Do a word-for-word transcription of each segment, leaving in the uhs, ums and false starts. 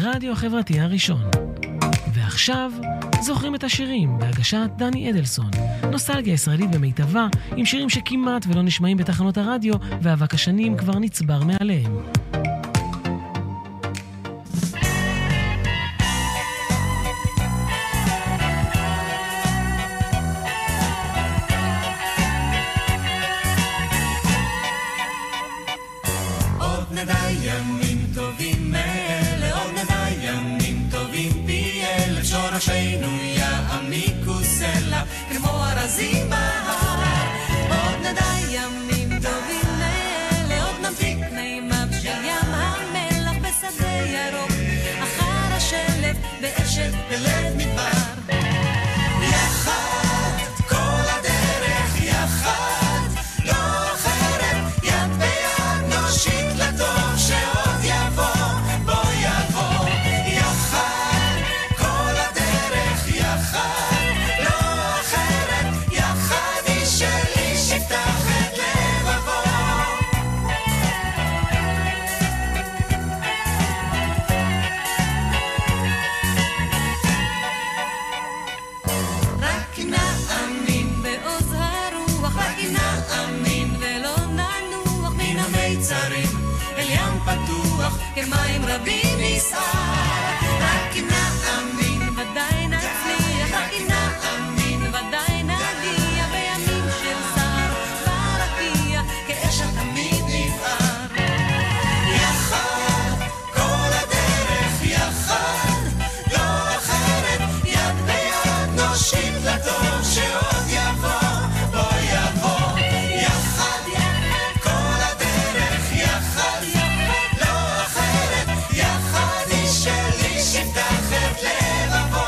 הרדיו החברתי הראשון. ועכשיו, זוכרים את השירים בהגשת דני אדלסון. נוסטלגיה ישראלית במיטבה, עם שירים שכמעט ולא נשמעים בתחנות הרדיו, ואבק השנים כבר נצבר מעליהם. שורשינו יעמיקו סלע כמו ארזים בהר. עוד נדע ימים טובים אלה, עוד נמתיק מימיו של ים המלח בשדה ירוק, אחר השלב באשת בלב מדבר. יחד כל הדרך יחד, לא אחרת, יד ביד נושיט לטוב שעוד יבוא, בוא יבוא. יחד כל הדרך יחד, לא אחרת, יחד היא שלי שפתח את לבבו. רק נאמין בעוז הרוח, רק נאמין ולא ננוח מן המיצרים אל ים פתוח כמים רבים נסער. רק נאמין ודאי נצליח, רק נאמין ודאי נגיע בימים של שר ורקיע כאש התמיד נבער. יחד כל הדרך יחד, לא אחרת, יד ביד נושיט לטוב שעוד יבוא, בוא יבוא. יחד כל הדרך יחד, לא אחרת, יחד היא שלי שפתח את לבבו.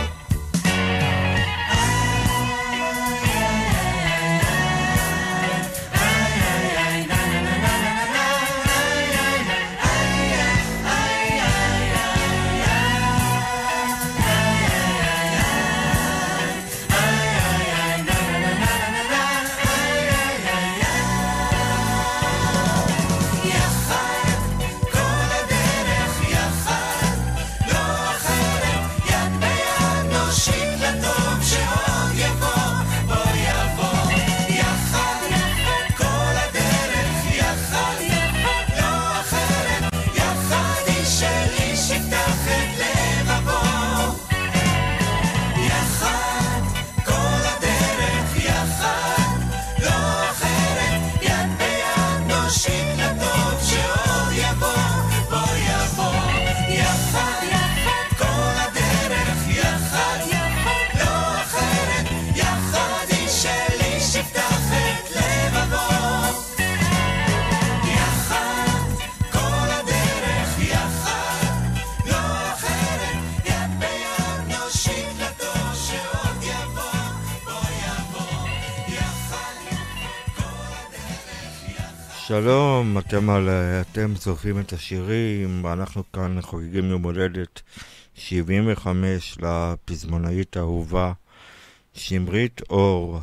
שלום, אתם, על, אתם צורפים את השירים, ואנחנו כאן חוגגים יום הולדת שבעים וחמש לפזמונאית האהובה שמרית אור,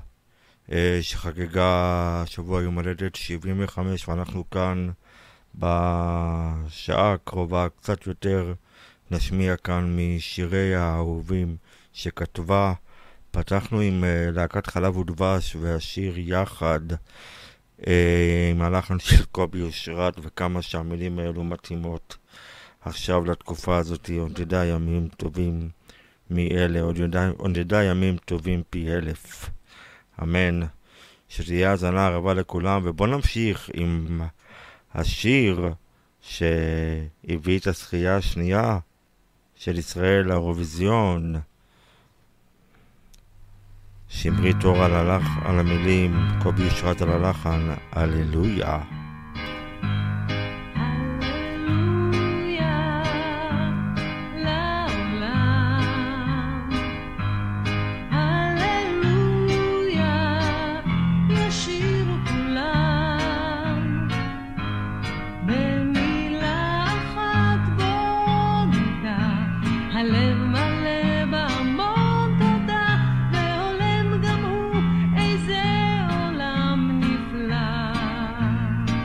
שחגגה שבוע יום הולדת שבעים וחמש, ואנחנו כאן בשעה הקרובה קצת יותר נשמיע כאן משירי האהובים שכתבה. פתחנו עם להקת חלב ודבש והשיר יחד, עם הלחן של קובי אושרת, וכמה שהמילים האלו מתאימות עכשיו לתקופה הזאת. עוד ידע ימים טובים מאלה, עוד ידע, עוד ידע ימים טובים פי אלף. אמן. שתהיה הזנה הרבה לכולם, ובוא נמשיך עם השיר שהביא את הזכייה השנייה של ישראל לאירוויזיון. שמרית אור על, הלח, על המילים, קובי אושרת על הלחן, הללויה. עולם נפלא.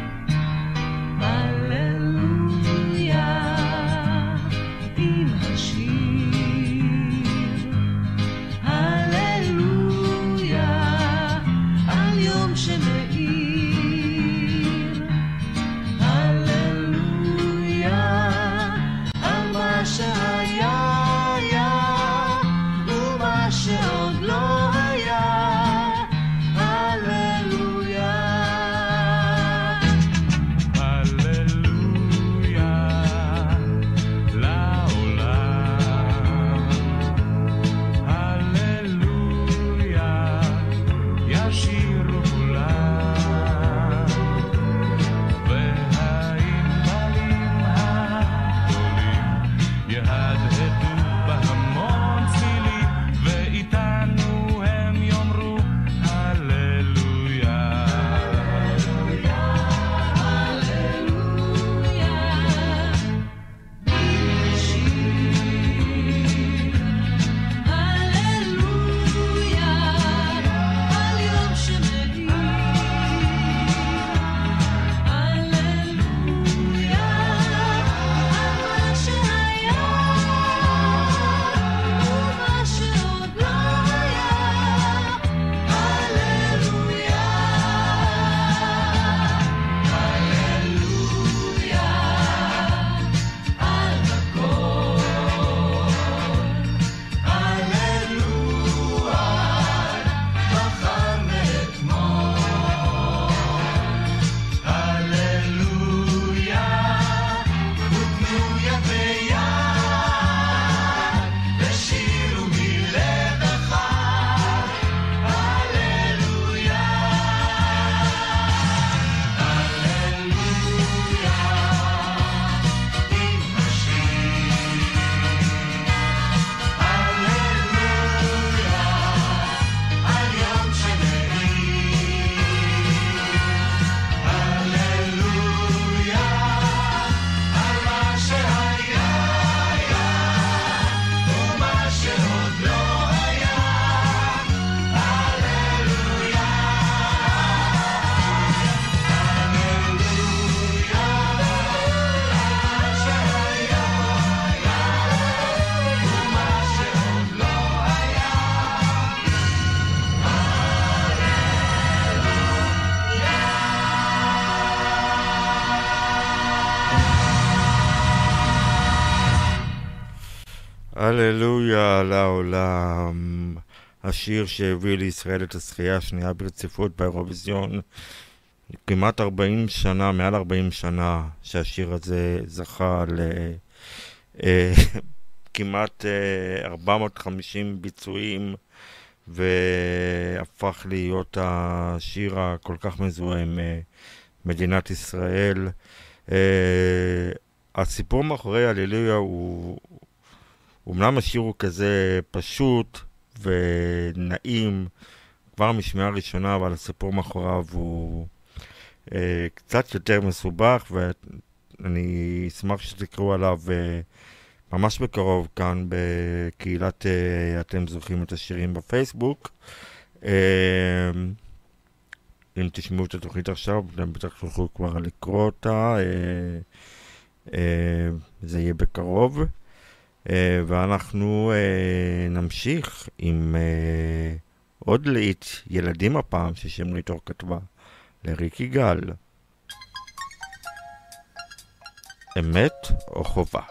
הללויה לעולם. השיר שהביא לישראל את הזכייה השנייה ברציפות באירוויזיון. כמעט ארבעים שנה, מעל ארבעים שנה שהשיר הזה זכה ל... כמעט ארבע מאות וחמישים ביצועים, והפך להיות השיר הכל כך מזוהה עם מדינת ישראל. הסיפור מאחורי הללויה הוא, אומנם השיר הוא כזה פשוט ונעים כבר משמיעה ראשונה, אבל הסיפור מאחוריו הוא קצת יותר מסובך, ואני אשמח שתקראו עליו ממש בקרוב כאן בקהילת אתם זוכרים את השירים בפייסבוק. אם תשמעו את התוכנית עכשיו, אתם בטח תוכלו כבר לקרוא אותה, זה יהיה בקרוב. ואנחנו נמשיך עם עוד להיט ילדים הפעם ששם ליטור כתבה לריקי גל. אמת או חובה?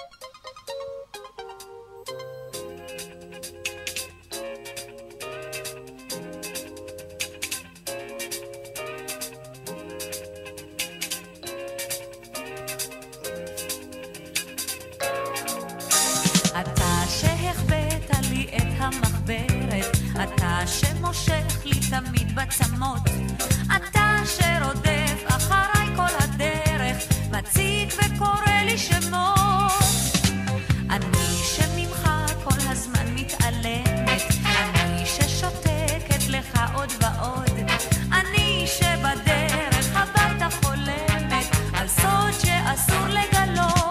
אתה שהחבאת לי את המחברת, אתה שמושך לי תמיד בצמות, אתה שרודף אחריי כל הדרך, מציק וקורא לי שמות. אני שממך כל הזמן מתעלמת, אני ששותקת לך עוד ועוד, אני שבדרך הביתה חולמת על סוד שאסור לגלות.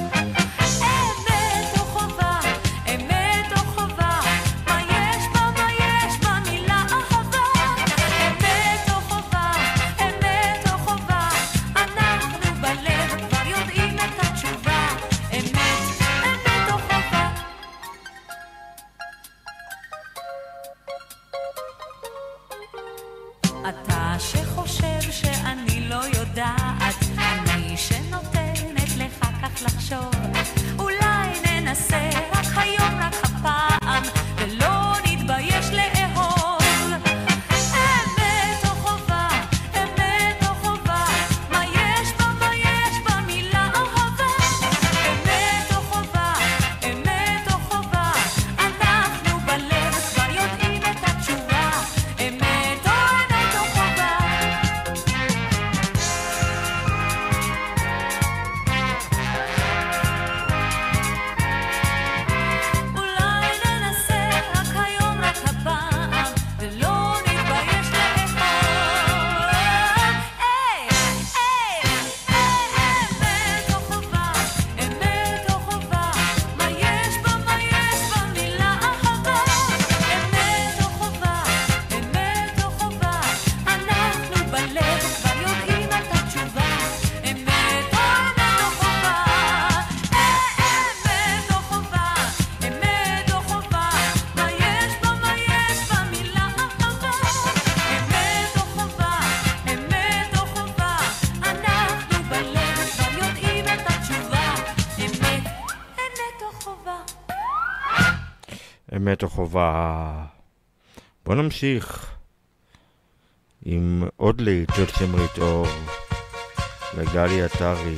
אתה שחושב שאני לא יודעת, אני שנותנת לך כך לחשוב, אולי ננסה רק היום רק הפעם ולא נתבייש לאהוב. אמת או חובה, אמת או חובה, מה יש בה, מה יש בה מילה אהבה. אמת או חובה, אמת או חובה, אנחנו בלב כבר יודעים את התשובה. אמת או אמת או חובה, אולי ננסה רק היום רק הפעם ולא נתבייש לאהוב. היי, היי, אמת או חובה, אמת או חובה, מה יש בה, מה יש בה מילה אהבה. אמת או חובה, אמת או חובה, אנחנו בלב כבר יודעים את התשובה. אמת או אמת או חובה, אמת או חובה, אמת או חובה, מה יש בה, מה יש בה מילה אהבה. אמת או חובה, אמת או חובה, אנחנו בלב כבר יודעים את התשובה. אמת, אמת או חובה. אמת או חובה. בוא נמשיך עם עוד להיט של שמרית אור לגלי עטרי,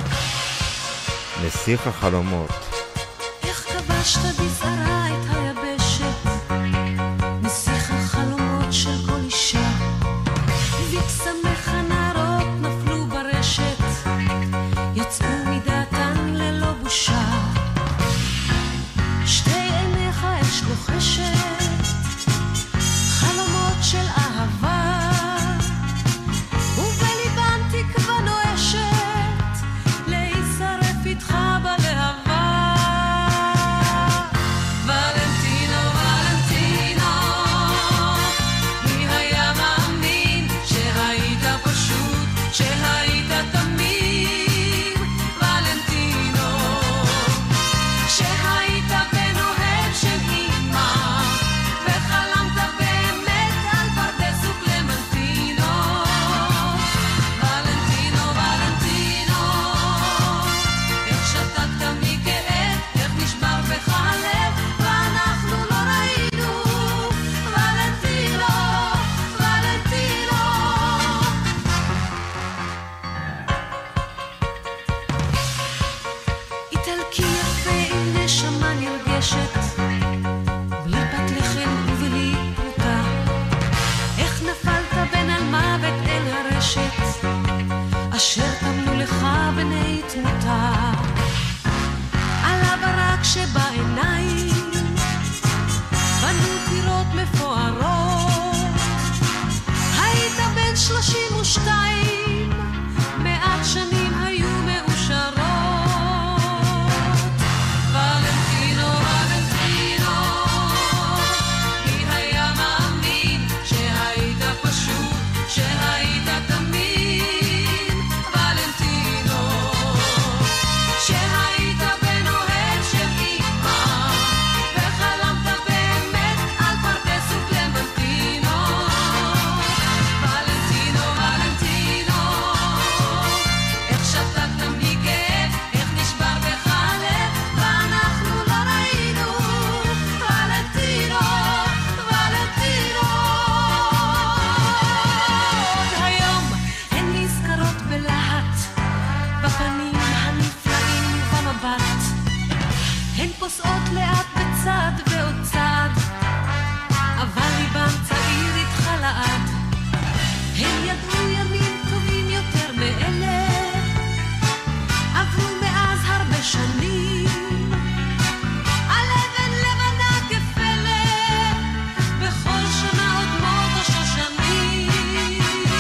נסיך החלומות. איך כבשת בזערה את היבשת, נסיך החלומות של כל אישה, וקסמך הנערות נפלו ברשת, יצאו מדעתן ללא בושה. שתי עיניך אש לוחשת, חלומות של אהבה, ובליבם תקווה נואשת, להישרף איתך בלהבה. ולנטין אשר תמנו לך בני תמותה, על הברק שבעיניים בנו טירות מפוארות. היית בן שלושים ושתיים, מעט שנים היו מאושרות. ולנטינו, ולנטינו, מי היה מאמין שהיית פשוט, שהיית תמים. ולנטינו, שהיית בן אוהב של אימא, וחלמת באמת על פרדס וקלמנטינו. ולנטינו, ולנטינו, איך שתקת מכאב, איך נשבר בך הלב, ואנחנו לא ראינו. ולנטינו, ולנטינו, עוד היום הן נזכרות בלהט, בפנים הנפלאים ובמבט. הן פוסעות לאט בצד ועוד צד, אבל ליבם צעיר איתך לעד. הם ידעו ימים טובים יותר מאלה, עברו מאז הרבה שנים, על אבן לבנה כפלא, בכל שנה עוד מות השושנים.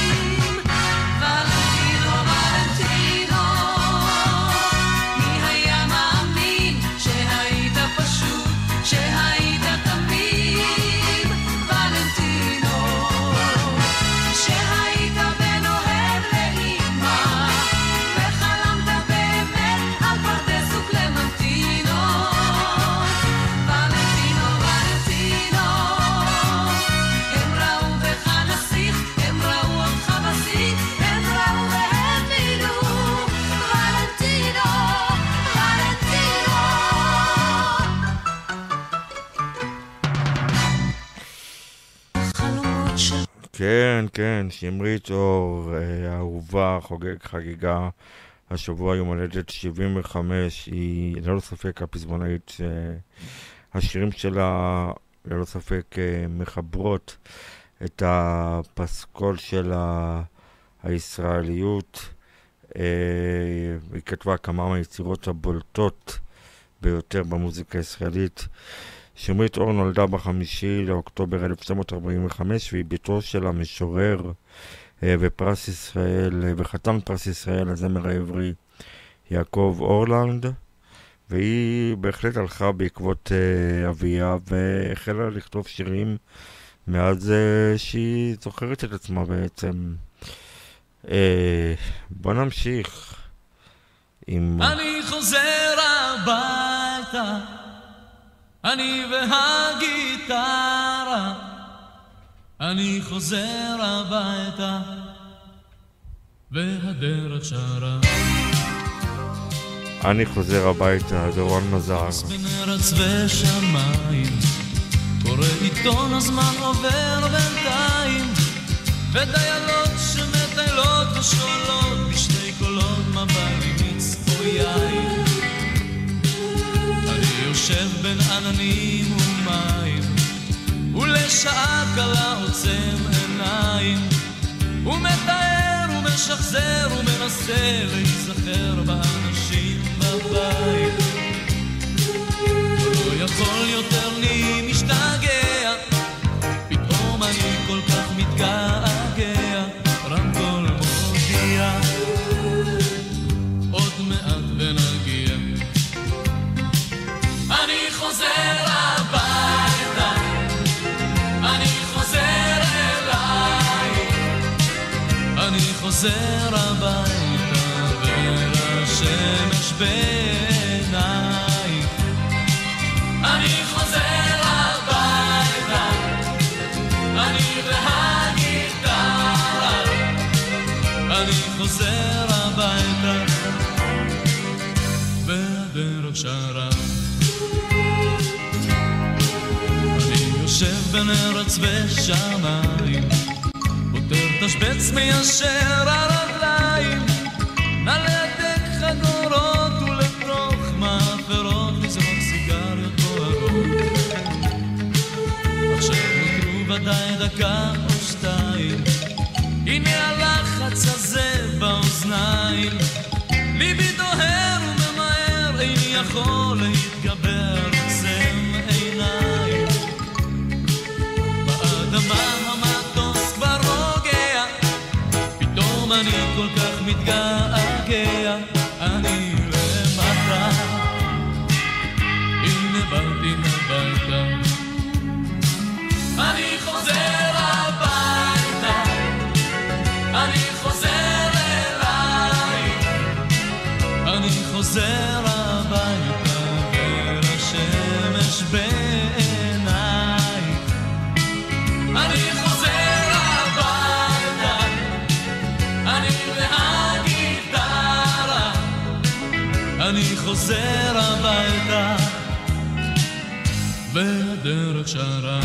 ולנטינו, ולנטינו, מי היה מאמין שהיית פשוט, שהיית תמים. ולנטינו, שהיית בן אוהב לאמא, וחלמת באמת על פרדס וקלמנטינו. ולנטינו, ולנטינו, הם ראו בך נסיך, הם ראו אותך בסיך, הם ראו והאמינו. ולנטינו, ולנטינו. חלומות של כן, כן, שמרית אור, אה, האהובה, חוגג חגיגה השבוע יום הולדת שבעים וחמש. היא ללא ספק הפזמונאית, אה, השירים שלה ללא ספק אה, מחברות את הפסקול של ה- הישראליות. אה, היא כתבה כמה מהיצירות הבולטות ביותר במוזיקה הישראלית. שמרית אור נולדה בחמישי לאוקטובר אלף תשע מאות ארבעים וחמש, והיא ביתו של המשורר אה, ופרס ישראל, אה, וחתן פרס ישראל הזמר העברי יעקב אורלנד. והיא בהחלט הלכה בעקבות אה, אביה והחלה לכתוב שירים מאז אה, שהיא זוכרת את עצמה בעצם. אה, בוא נמשיך עם... אני חוזר הביתה, אני והגיטרה, אני חוזר הביתה והדרך שרה. אני חוזר הביתה, דורון מזר. בין ארץ ושמיים, קורא עיתון הזמן עובר בינתיים, ודיילות שמטיילות ושואלות בשתי קולות מה בא לי מיץ או יין. אני יושב בין עננים ומים, ולשעה קלה עוצם עיניים, ומתאר ומשחזר ומנסה להיזכר באנשים בבית. לא יכול יותר לי משתגע, פתאום אני כל כך מתגעגע. רמקול מודיע עוד מעט ונגיע. אני חוזר הביתה, אני חוזר אליי, אני חוזר הביתה ולשמש בעיניי. אני חוזר הביתה, אני והגיטרה, אני חוזר הביתה והדרך שרה. אני יושב בין ארץ ושמיים, פותר תשבץ מיישר הרגליים, נלדק חגורות ולתוך מאפרות לזרוק סיגריות בוערות. עכשיו נותרו ודאי דקה או שתיים, הנה הלחץ הזה באוזניים. אני כל כך מתגעגע, אני למטה, הנה באתי הביתה, אני חוזר הביתה, אני חוזר אליי, אני חוזר הביתה ולשמש בעיניי, אני חוזר הביתה, אני והגיטרה, אני חוזר הביתה והדרך שרה.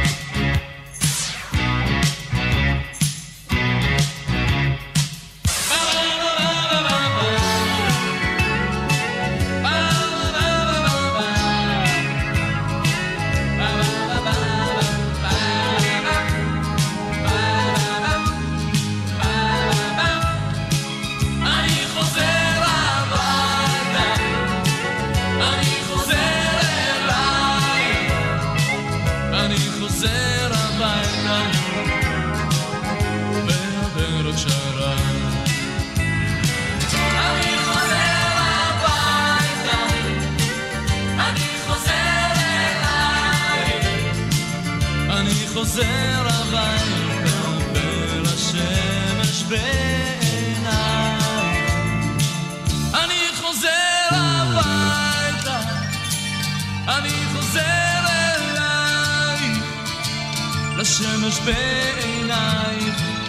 חוזר הביתה ולשמש בעיניי, אני חוזר הביתה, אני חוזר אליי, לשמש בעיניי,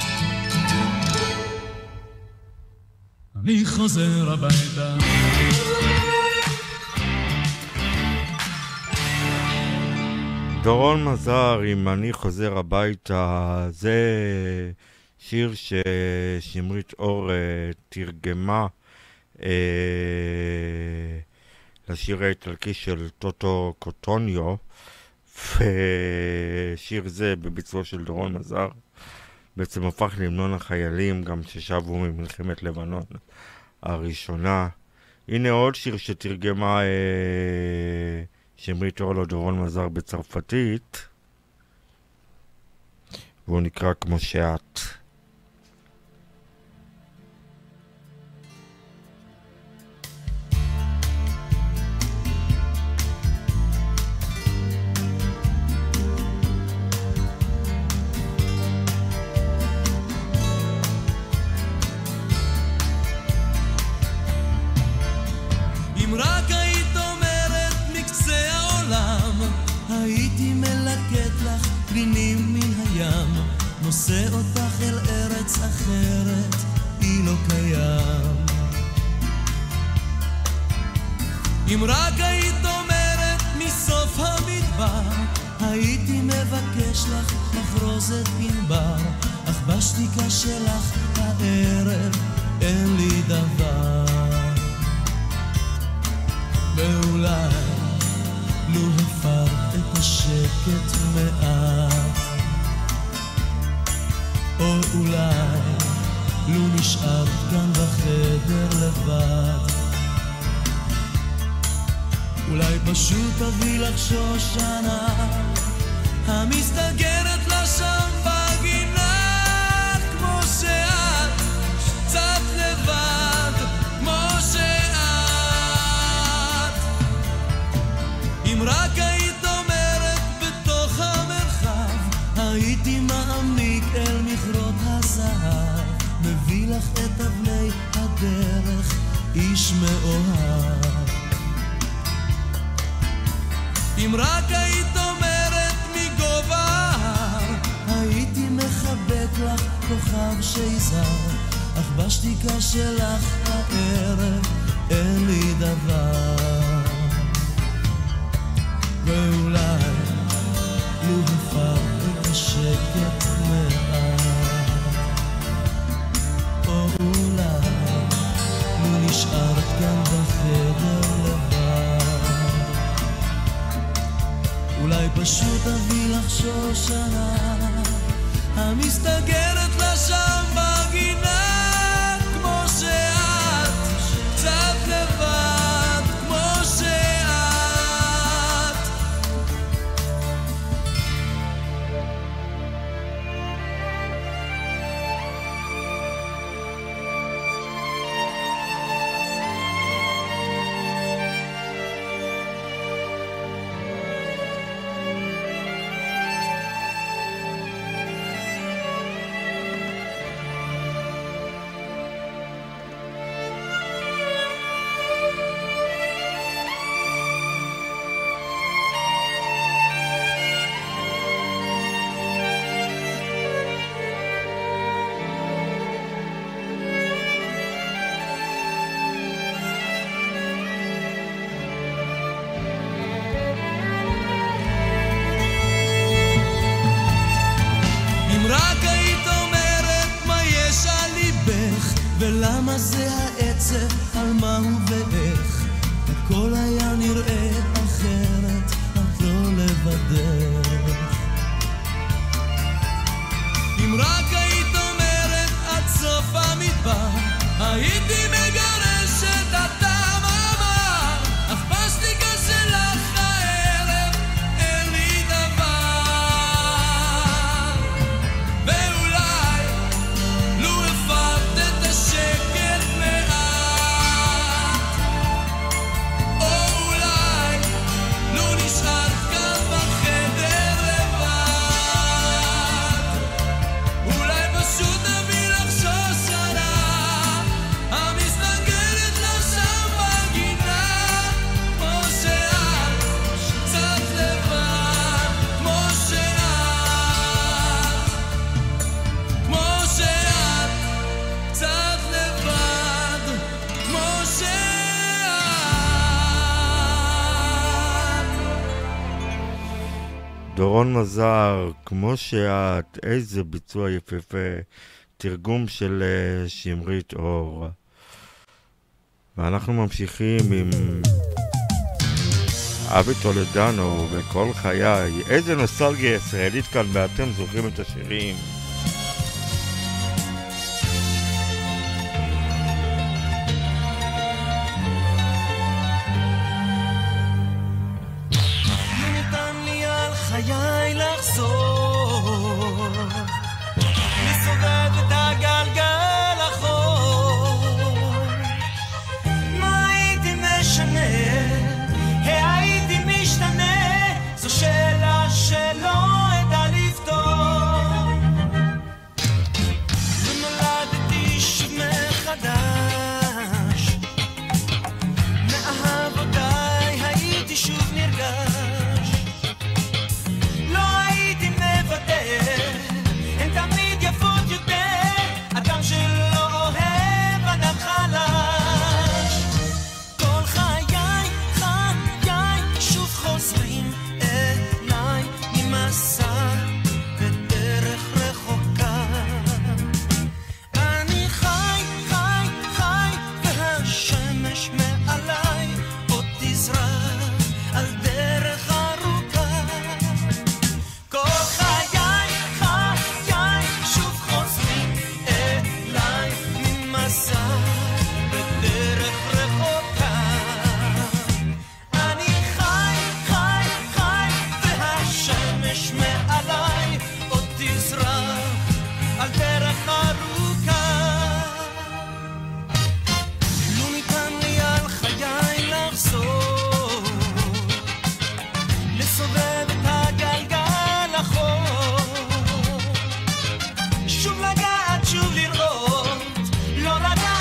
אני חוזר הביתה. דורון מזר עם אני חוזר הביתה, זה שיר ששמרית אור תרגמה אה, לשיר האיטלקי של טוטו קוטוניו, ושיר זה בביצוע של דורון מזר בעצם הפך להמנון החיילים גם ששבו ממלחמת לבנון הראשונה. הנה עוד שיר שתרגמה אה, שמרית אור לדורון מזר בצרפתית, והוא נקרא כמו שאת. אם רק היית אומרת מקצה העולם, הייתי מלקט לך פנינים מן הים, נושא אותך אל ארץ אחרת, היא לא קיים. אם רק היית אומרת מסוף המדבר, הייתי מבקש לך לחרוז את פנבר, אך בשתיקה שלך הערב אין לי דבר. ואולי לו הפרת את השקט מעט, או אולי לו נשארת כאן בחדר לבד, אולי פשוט תביא לך שושנה המסתגרת לה שם בגינה, כמו שאת קצת לבד, כמו שאת. אם רק היית אומרת בתוך המרחב, הייתי מעמיק אל מכרות הזהב, מביא לך את אבני הדרך, איש מאוהב. אם רק היית אומרת מגובה ההר, הייתי מחבק לך כוכב שיזהר, אך בשתיקה שלך הערב אין לי דבר. ואולי לו הפרת את השקט מעט, או אולי לו נשארת כאן בחדר לבד, אולי פשוט אביא לך שושנה המסתגרת לה שם בגינה, כמו שאת קצת לבד, כמו שאת. ולמה זה העצב, על מה הוא ואיך, הכל היה נראה אחרת, את לא לבדך. אם רק היית אומרת עד סוף המדבר, הייתי מגרשת את המאמר, אך בשתיקה שלך הערב אין לי דבר. ואולי לו הפרת את השקט מעט, או אולי לו נשארת כאן בחדר לבד, אולי פשוט תביא לך שושנה המסתגלת לך שם בגינה, כמו שאת קצת לבד, כמו שאת, כמו שאת קצת לבד, כמו שאת. דורון מזר, כמו שאת, איזה ביצוע יפהפה, תרגום של אה, שמרית אור. ואנחנו ממשיכים עם אבי טולדנו וכל חיי. איזה נוסטלגיה ישראלית כאן, ואתם זוכרים את השירים. ניתן לי על חיי לחזור, לסובב את הגלגל אחור. מה הייתי משנה? הייתי משתנה? זו שאלה שלא אדע לפתור. ונולדתי שוב מחדש, מאהבותיי הייתי שוב נרגש. לא הייתי מוותר, הן תמיד יפות יותר. אדם שלא אוהב אדם חלש. כל חיי, חיי שוב חוזרים אליי ממסע בדרך רחוקה. אני חי, חי, חי, והשמש מעליי עוד תזרח על דרך ארוכה. כל חיי, חיי שוב חוזרים אליי ממסע בדרך רחוקה. אני חי, חי, חי, והשמש מעליי עוד תזרח על דרך ארוכה. לא ניתן לי על חיי לחזור, לסובב את הגלגל אחור. שוב לגעת, שוב לראות, לא לדעת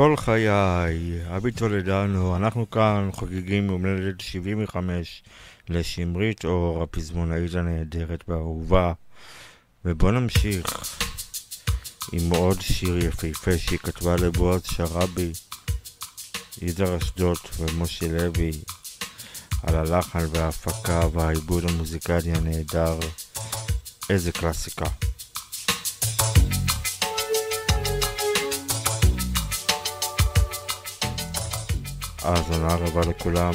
כל חיי, אבי טולדנו, אנחנו כאן חוגגים יום הולדת שבעים וחמש לשמרית אור, הפזמונאית הנהדרת והאהובה. ובוא נמשיך עם עוד שיר יפהפה שהיא כתבה לבועז שרבי, יזהר אשדוד ומשה לוי, על הלחן וההפקה והעיבוד המוזיקלי הנהדר. איזה קלאסיקה. האזנה רבה לכולם.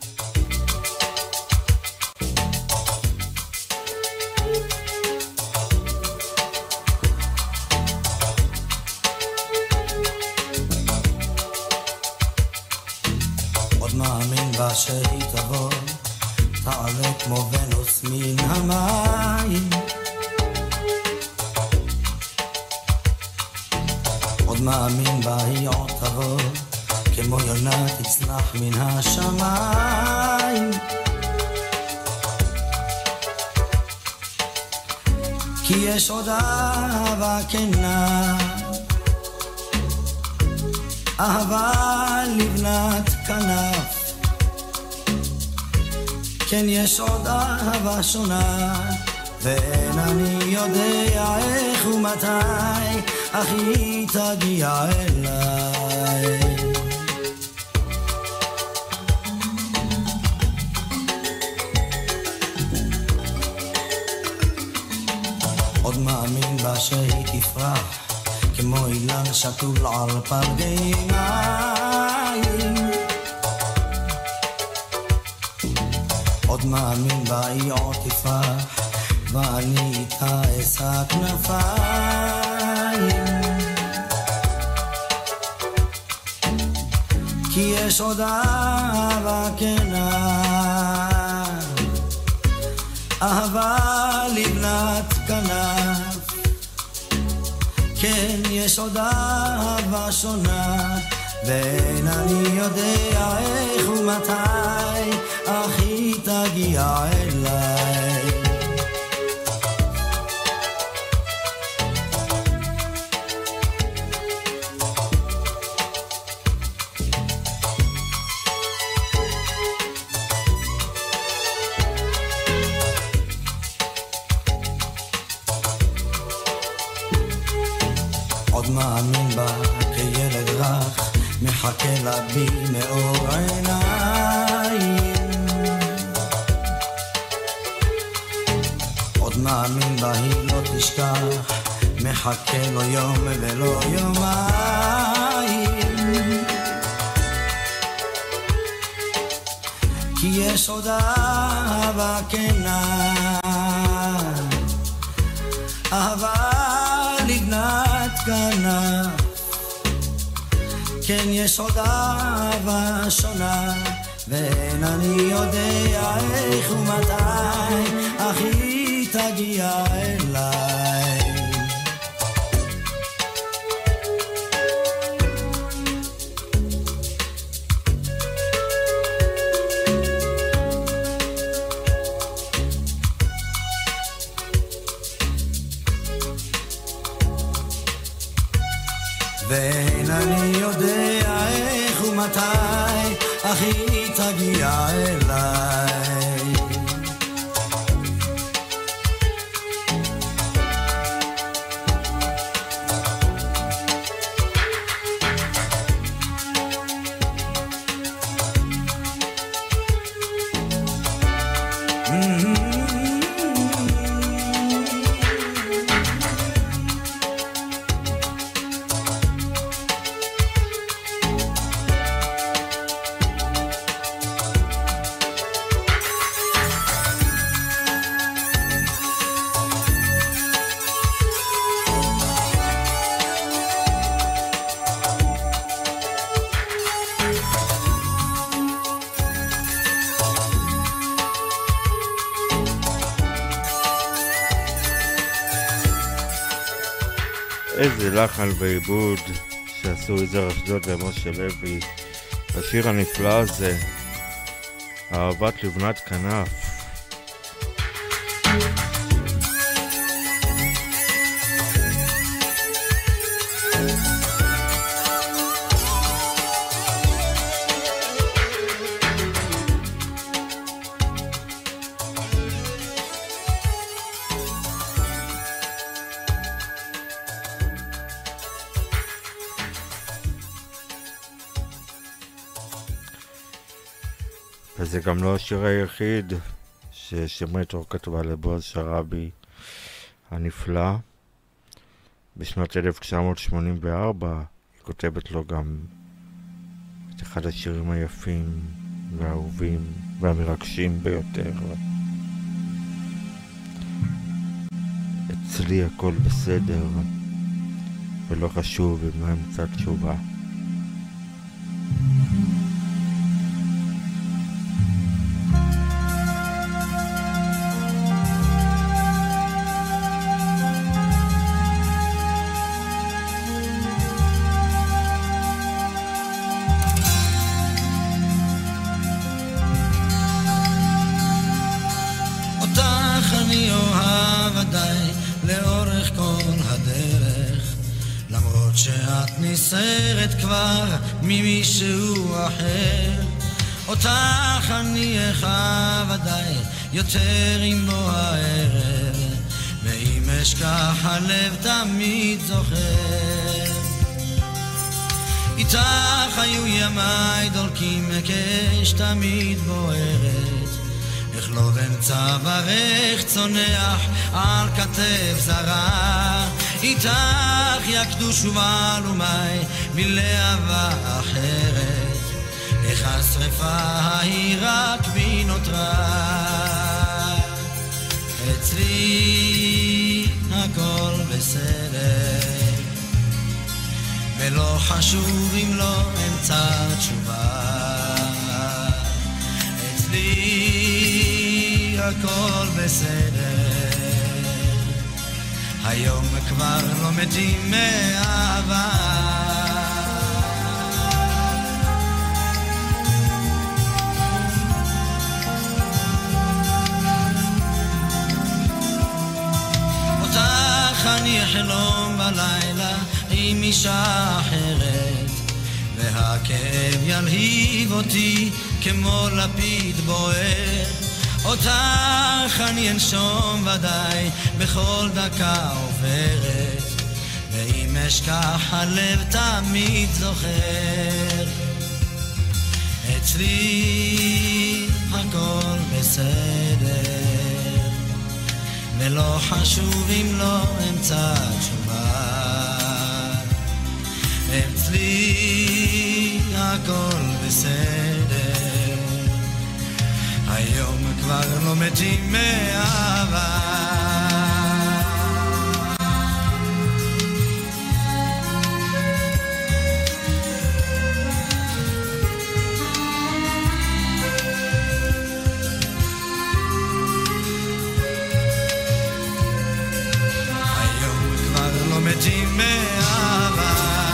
עוד מאמין בה שהיא תבוא, תעלה כמו ונוס מן המים. עוד מאמין בה היא עוד תבוא, כמו יונה תצנח מן השמיים. כי יש עוד אהבה כנה, אהבה לבנת כנף. כן יש עוד אהבה שונה, ואין אני יודע איך ומתי, אך היא תגיע אליי. עוד מאמין בה שהיא תפרח, כמו אילן שתול על פלגי מים. עוד מאמין בה היא עוד תפרח, ואני איתה אשא כנפיים. כי יש עוד אהבה כנה, אהבה לבנת כנף. כן יש עוד אהבה שונה, ואין אני יודע איך ומתי, אך היא תגיע אליי. עוד מאמין בה כילד רך, מחכה לה בי מאור עיניים. עוד מאמין בה היא לא תשכח, מחכה לו יום ולא יומיים. כי יש עוד אהבה כנה, אהבה לבנת כנף. כן יש עוד אהבה שונה, ואין אני יודע איך ומתי, אך היא תגיע אליי. ואין אני יודע איך ומתי, אך היא תגיע אליי. איזה לחן ועיבוד שעשו יזהר אשדוד ומשה לוי. השיר הנפלא הזה, אהבת לבנת כנף. וזה גם לא השיר היחיד ששמטור כתבה לבועז שרעבי הנפלא. בשנת אלף תשע מאות שמונים וארבע היא כותבת לו גם את אחד השירים היפים והאהובים והמרגשים ביותר. אצלי הכל בסדר ולא חשוב אם לא אמצא תשובה. נסערת כבר ממישהו אחר, אותך אני אחב ודאי יותר עם בוא הערב, ואם אשכח הלב תמיד זוכר. איתך היו ימיי דולקים מקש תמיד בוערת, איך לא במצע ברך צונח על כתף זרה. איתך יקדוש ומעלומי מלהבה אחרת, איך השרפה ההיא רק בי נותרה. אצלי הכל בסדר ולא חשוב אם לא אמצא תשובה. אצלי הכל בסדר, היום כבר לא מתים מאהבה. אותך אני אחלום בלילה עם אישה אחרת, והכאב ילהיב אותי כמו לפיד בוער. אותך אני אנשום ודאי בכל דקה עוברת, ואם אשכח הלב תמיד זוכר. אצלי הכל בסדר ולא חשוב אם לא אמצא תשובה. אצלי הכל בסדר, היום כבר לא מתים מאהבה. היום כבר לא מתים מאהבה.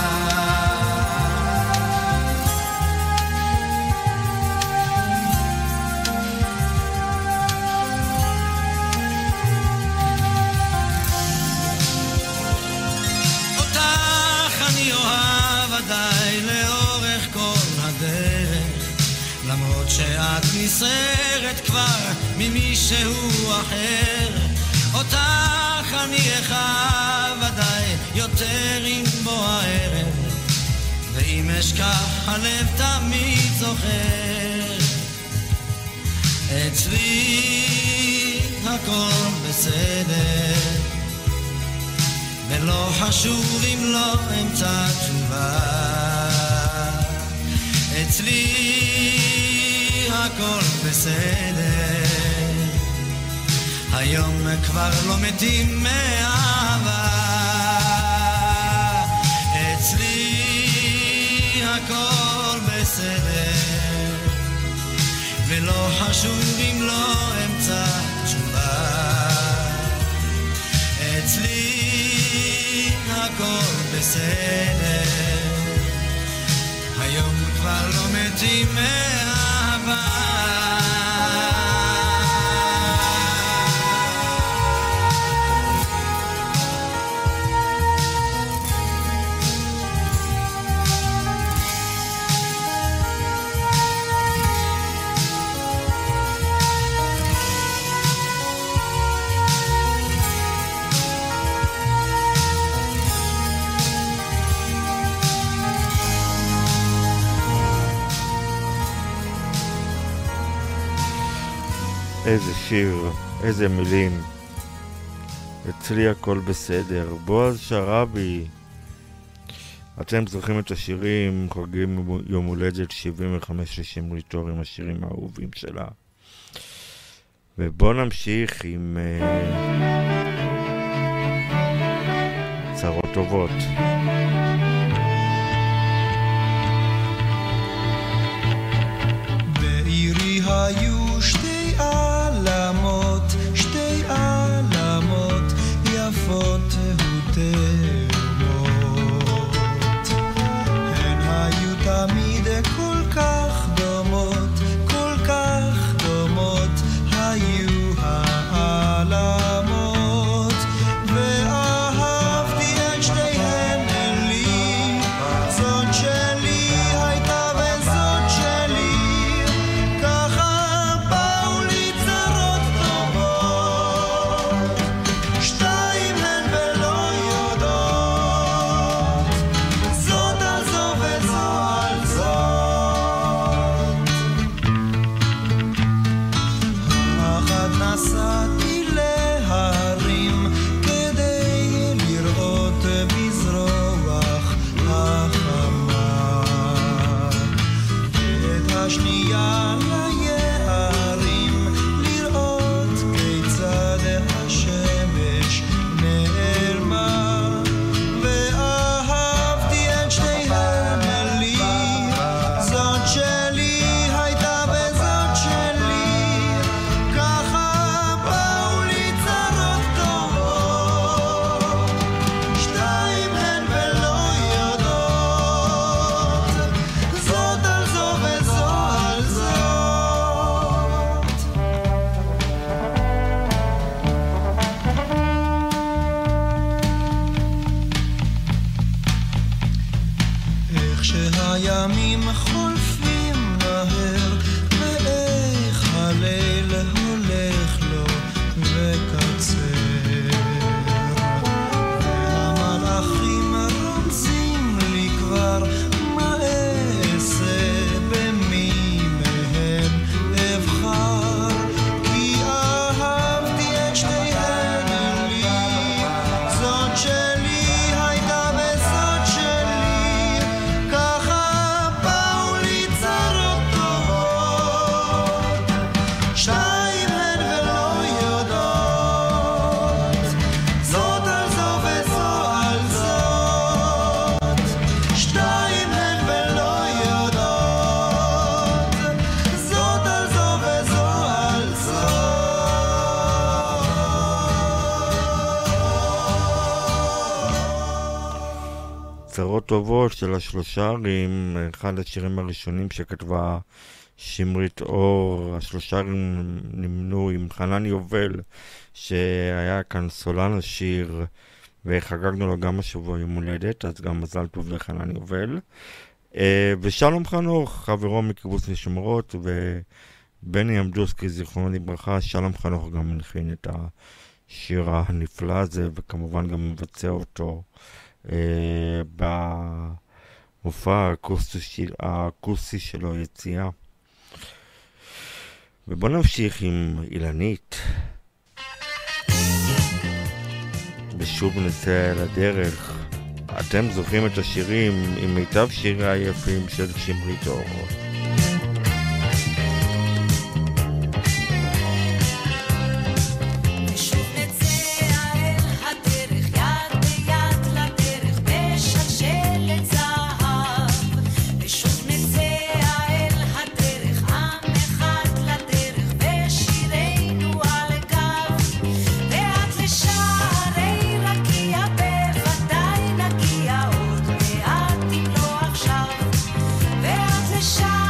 שאת נסערת כבר ממישהו אחר, אותך אני אחב ודאי יותר עם בוא הערב, ואם אשכח הלב תמיד זוכר. אצלי הכל בסדר ולא חשוב אם לא אמצא תשובה. אצלי הכל בסדר, היום כבר לא מתים מאהבה. אצלי הכל בסדר ולא חשוב אם לא אמצא תשובה. אצלי הכל בסדר, היום כבר לא מתים מאהבה. איזה שיר, איזה מילים. אצלי הכל בסדר. בועז שרבי. אתם זוכרים את השירים, חוגגים יום הולדת שבעים וחמש לשמרית אור עם השירים האהובים שלה. ובואו נמשיך עם uh, צרות טובות. בעירי היו שתי עלמות, שתי עלמות יפות ותאומות. הן היו תמיד כל כך דומות, כל כך דומות היו העלמות. ואהבתי את שתיהן אלי, זאת שלי הייתה וזאת שלי. ככה באו לי צרות טובות, שתיים הן ולא יודעות, זאת על זו וזו על זאת. אחת נסעתי להרים כדי לראות בזרוח החמה, ואת השנייה ליערים לראות כיצד השמש נעלמה. ואהבתי את שתיהן אלי, זאת שלי הייתה וזאת שלי. ככה באו לי צרות טובות, שתיים הן ולא יודעות, זאת על זו וזו על זאת. איך שהימים חולפים מהר, ואיך הליל הולך לו וקצר, והמלאכים רומזים לי כבר מה אעשה, במי מהם אבחר. כי אהבתי את שתיהן אלי, זאת שלי הייתה וזאת שלי. ככה באו לי צרות טובות, שתיים הן ולא יודעות, זאת על זו וזו על זאת. שתיים הן ולא יודעות, זאת על זו וזו על זאת. צרות טובות של השלושה ערים, אחד השירים הראשונים שכתבה שמרית אור. השלושה ערים נמנו עם חנן יובל, שהיה כאן סולן השיר, וחגגנו לו גם השבוע יום הולדת, אז גם מזל טוב לחנן יובל. אה, ושלום חנוך, חברו מקיבוץ נשמרות, ובני אמדוסקי, זיכרונו לברכה. שלום חנוך גם מנחין את השיר הנפלא הזה, וכמובן גם מבצע אותו אה, במופע האקוסטי של- האקוסטי שלו, יציאה. ובוא נמשיך עם אילנית. ושוב נצא לדרך. אתם זוכרים את השירים עם מיטב שירי היפים של שמרית אור. ושוב נצא אל הדרך, יד ביד לדרך, בשלשלת זהב. ושוב נצא אל הדרך, עם אחד לדרך, ושירנו על גב. לאט לשערי רקיע, בוודאי נגיע עוד מעט אם לא עכשיו. לאט לשערי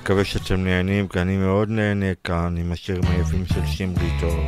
מקווה שאתם נהנים, כי אני מאוד נהנה כאן עם השירים היפים של שמרי טוב.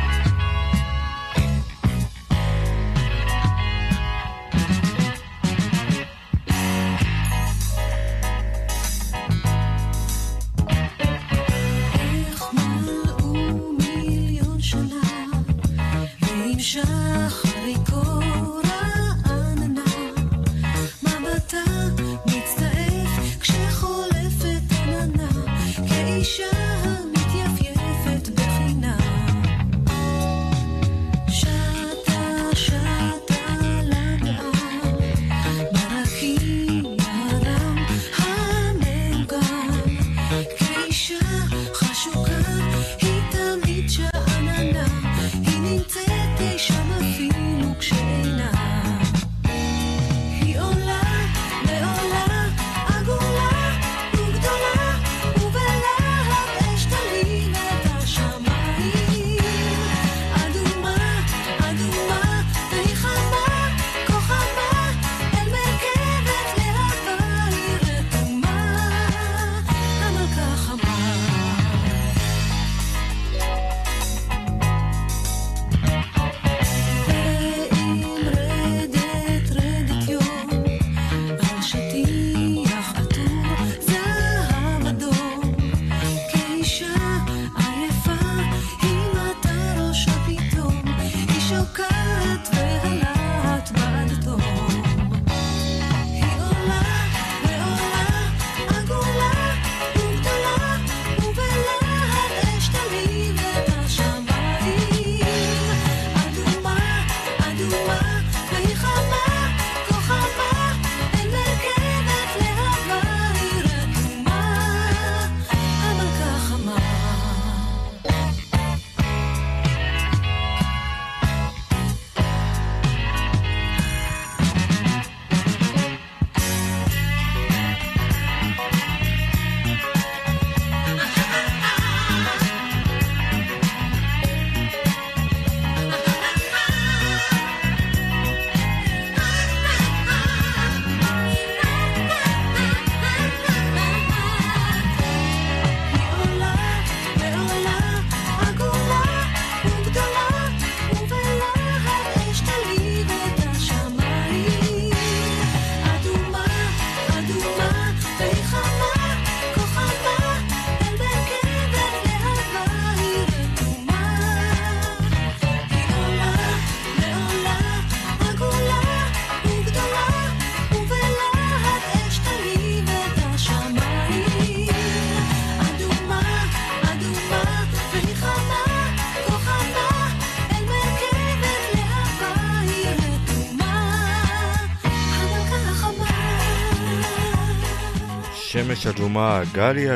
שמש אדומה, גלי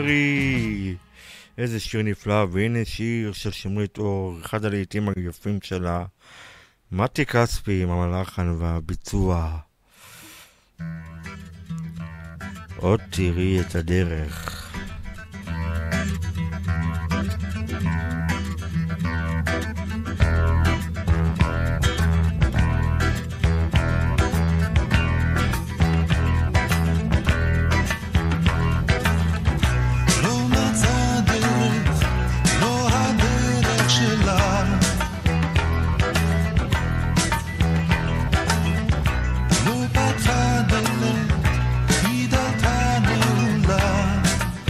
עטרי, איזה שיר נפלא. והנה שיר של שמרית אור, אחד הלעיתים היפים שלה, מתי כספי עם המלחן והביצוע. עוד תראי את הדרך. היא דלתה נעולה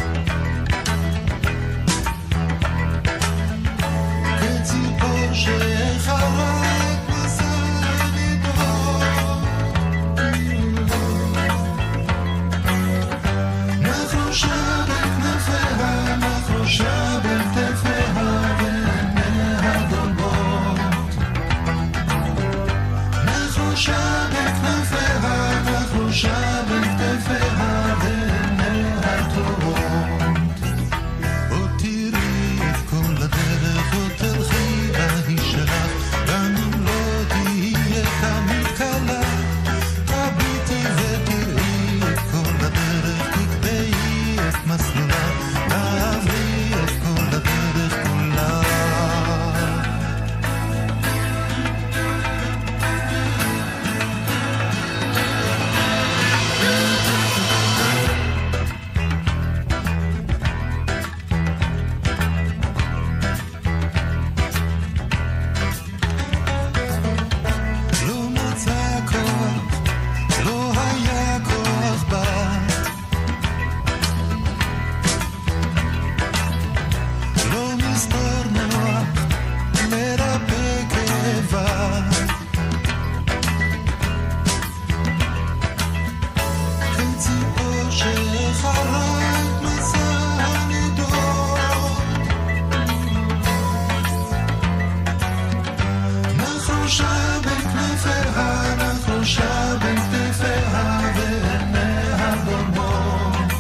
נחושה בין כנפיה, נחושה בין כתפיה ועיניה דומות.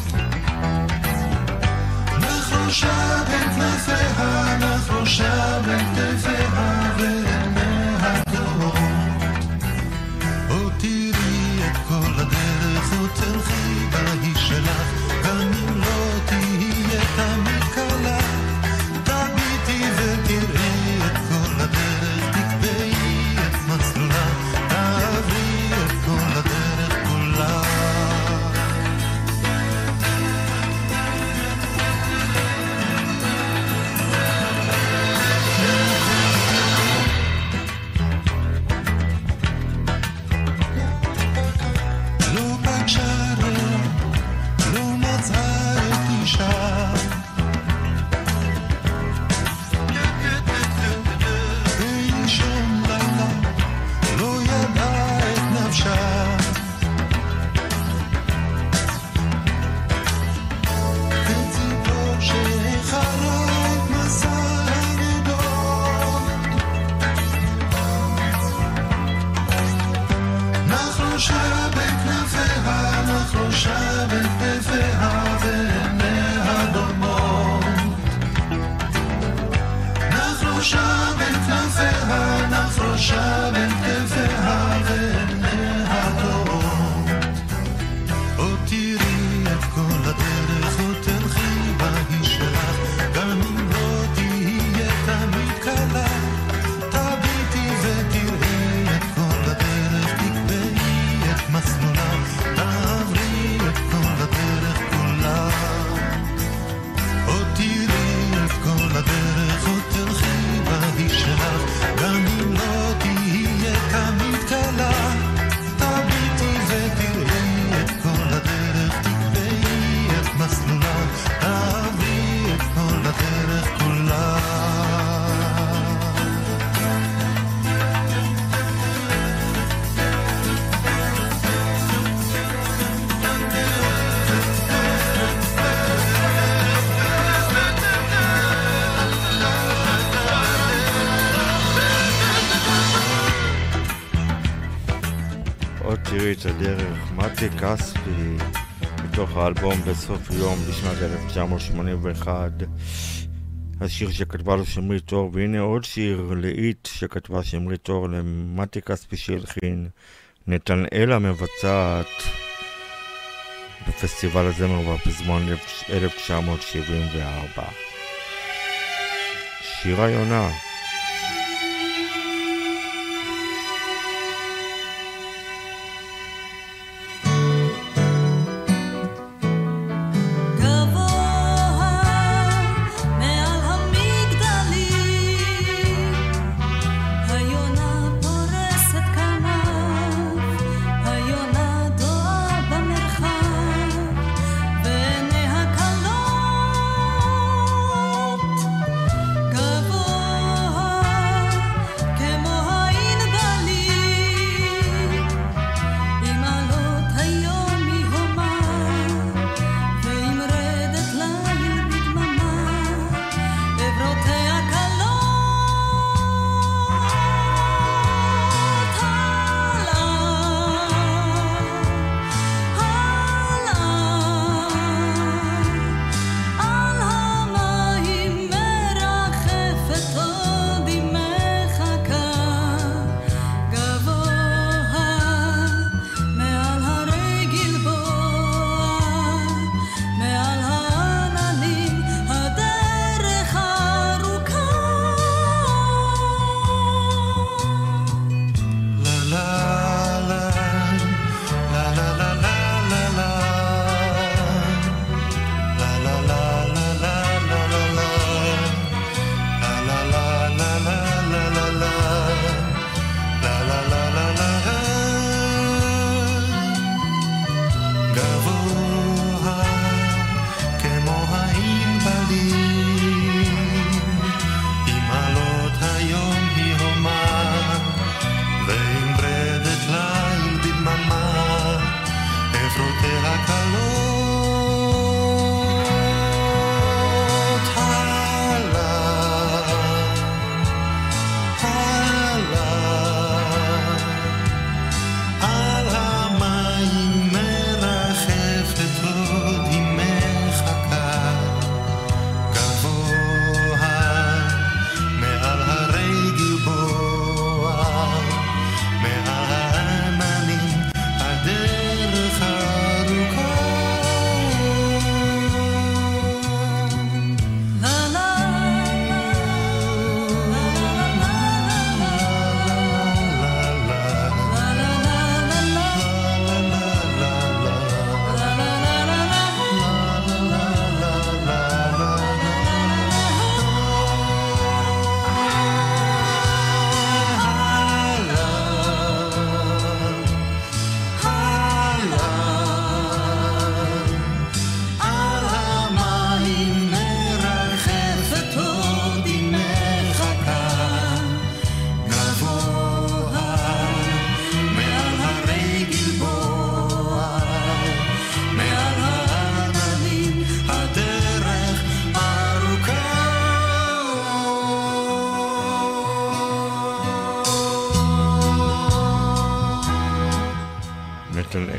נחושה בין כנפיה, נחושה בין כתפיה ועיניה דומות. או תראי את כל הדרך, או תלכי בהיא שלך, גם אם לא תהיה תמיד קלה. תביטי ותראי את כל הדרך, תקבעי את מסלולה, תעברי את כל הדרך כולה. לא פגשה רע, לא מצאה את אישה, באישון לילה לא ידעה את נפשה. כציפור שהחרה את מסע הנדוד, נחושה בין כנפיה, נחושה בין כתפיה ועיניה דומות. נחושה בין כנפיה, נחושה בין כתפיה ועיניה דומות. או תראי את כל הדרך, או תלכי בהיא שלך, גם אם לא תהיה תמיד קלה. תביטי ותראי את כל הדרך, תקבעי את מסלולה, תעברי את כל הדרך כולה. או תראי את כל הדרך, או תלכי בהיא שלך, גם אם לא תהיה תמיד קלה. תביטי ותראי את כל הדרך, תקבעי את מסלולה, תעברי את כל הדרך כולה. עוד תראי את הדרך, מתי כספי, מתוך האלבום בסוף יום בשנת אלף תשע מאות שמונים ואחת, השיר שכתבה לו שמרית אור. והנה עוד שיר לאית שכתבה שמרית אור למתי כספי שהלחין, נתנאל המבצעת, בפסטיבל הזמר והפזמון אלף תשע מאות שבעים וארבע. שירה יונה. גבוה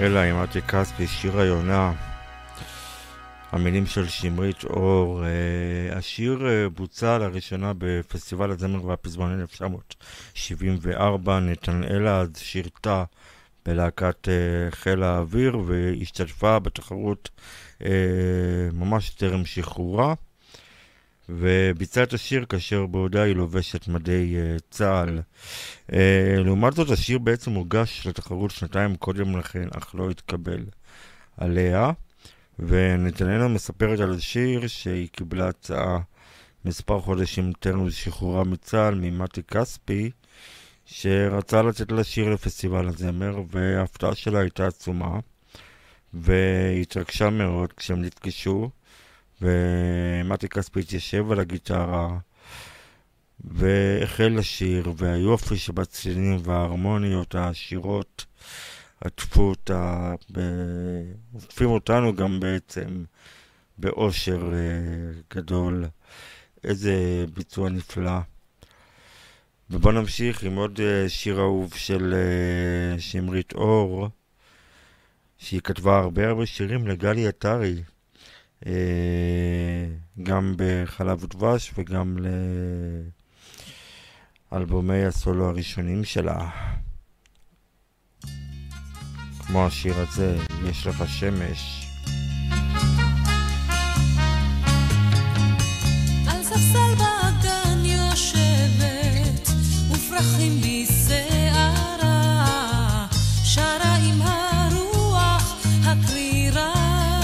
אלא עם מתי כספי, שיר היונה, המילים של שמרית אור. uh, השיר uh, בוצע לראשונה בפסטיבל הזמר והפזמון אלף תשע מאות שבעים וארבע. נתנאלה אז שירתה בלהקת uh, חיל האוויר והשתתפה בתחרות uh, ממש טרם שחרורה, וביצעה את השיר כאשר בעודה היא לובשת מדי uh, צה"ל. Uh, לעומת זאת השיר בעצם הוגש לתחרות שנתיים קודם לכן, אך לא התקבל עליה. ונתנאלה מספרת על השיר שהיא קיבלה הצעה מספר חודשים טרם שחרורה מצה"ל ממתי כספי, שרצה לצאת לשיר לפסטיבל הזמר, וההפתעה שלה הייתה עצומה והיא התרגשה מאוד כשהם נתקשו, ומתי כספי התיישב על הגיטרה והחל לשיר, והיופי שבצלילים וההרמוניות העשירות עטפו אותה, עוטפים אותנו גם בעצם באושר גדול. איזה ביצוע נפלא. ובוא נמשיך עם עוד שיר אהוב של שמרית אור, שהיא כתבה הרבה הרבה שירים לגלי עטרי, גם בחלב ודבש וגם לאלבומי הסולו הראשונים שלה, כמו השיר הזה, יש לך שמש. על ספסל בגן יושבת ופרחים בשערה, שרה עם הרוח הקרירה,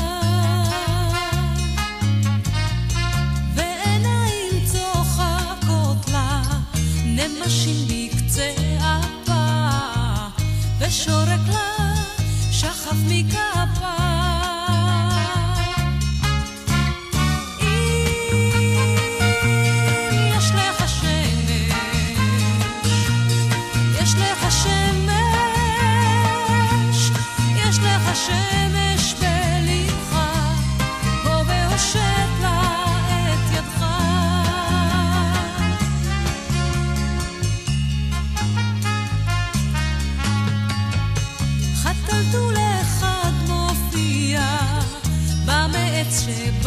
ועיניים צוחקות לה, נמשים בקצה אפה, ושורק לה שחף מכפה. אם יש לך שמש, יש לך שמש, יש לך שמש בלבך, בוא והושט לה את ידך. חתלתו לאחד מופיע במעץ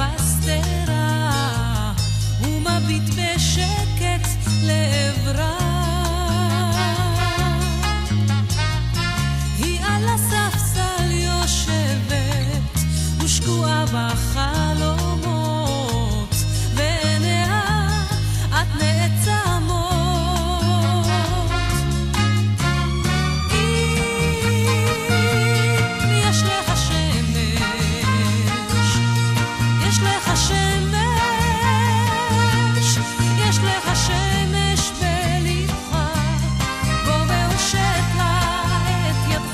שבסתרה, ומביט בשקט לעברה. היא על הספסל יושבת ושקועה בחלומות, ועיניה את נעצמות. יש לך שמש, יש לך שמש, יש לך שמש בלבך, בוא והושט לה את ידך.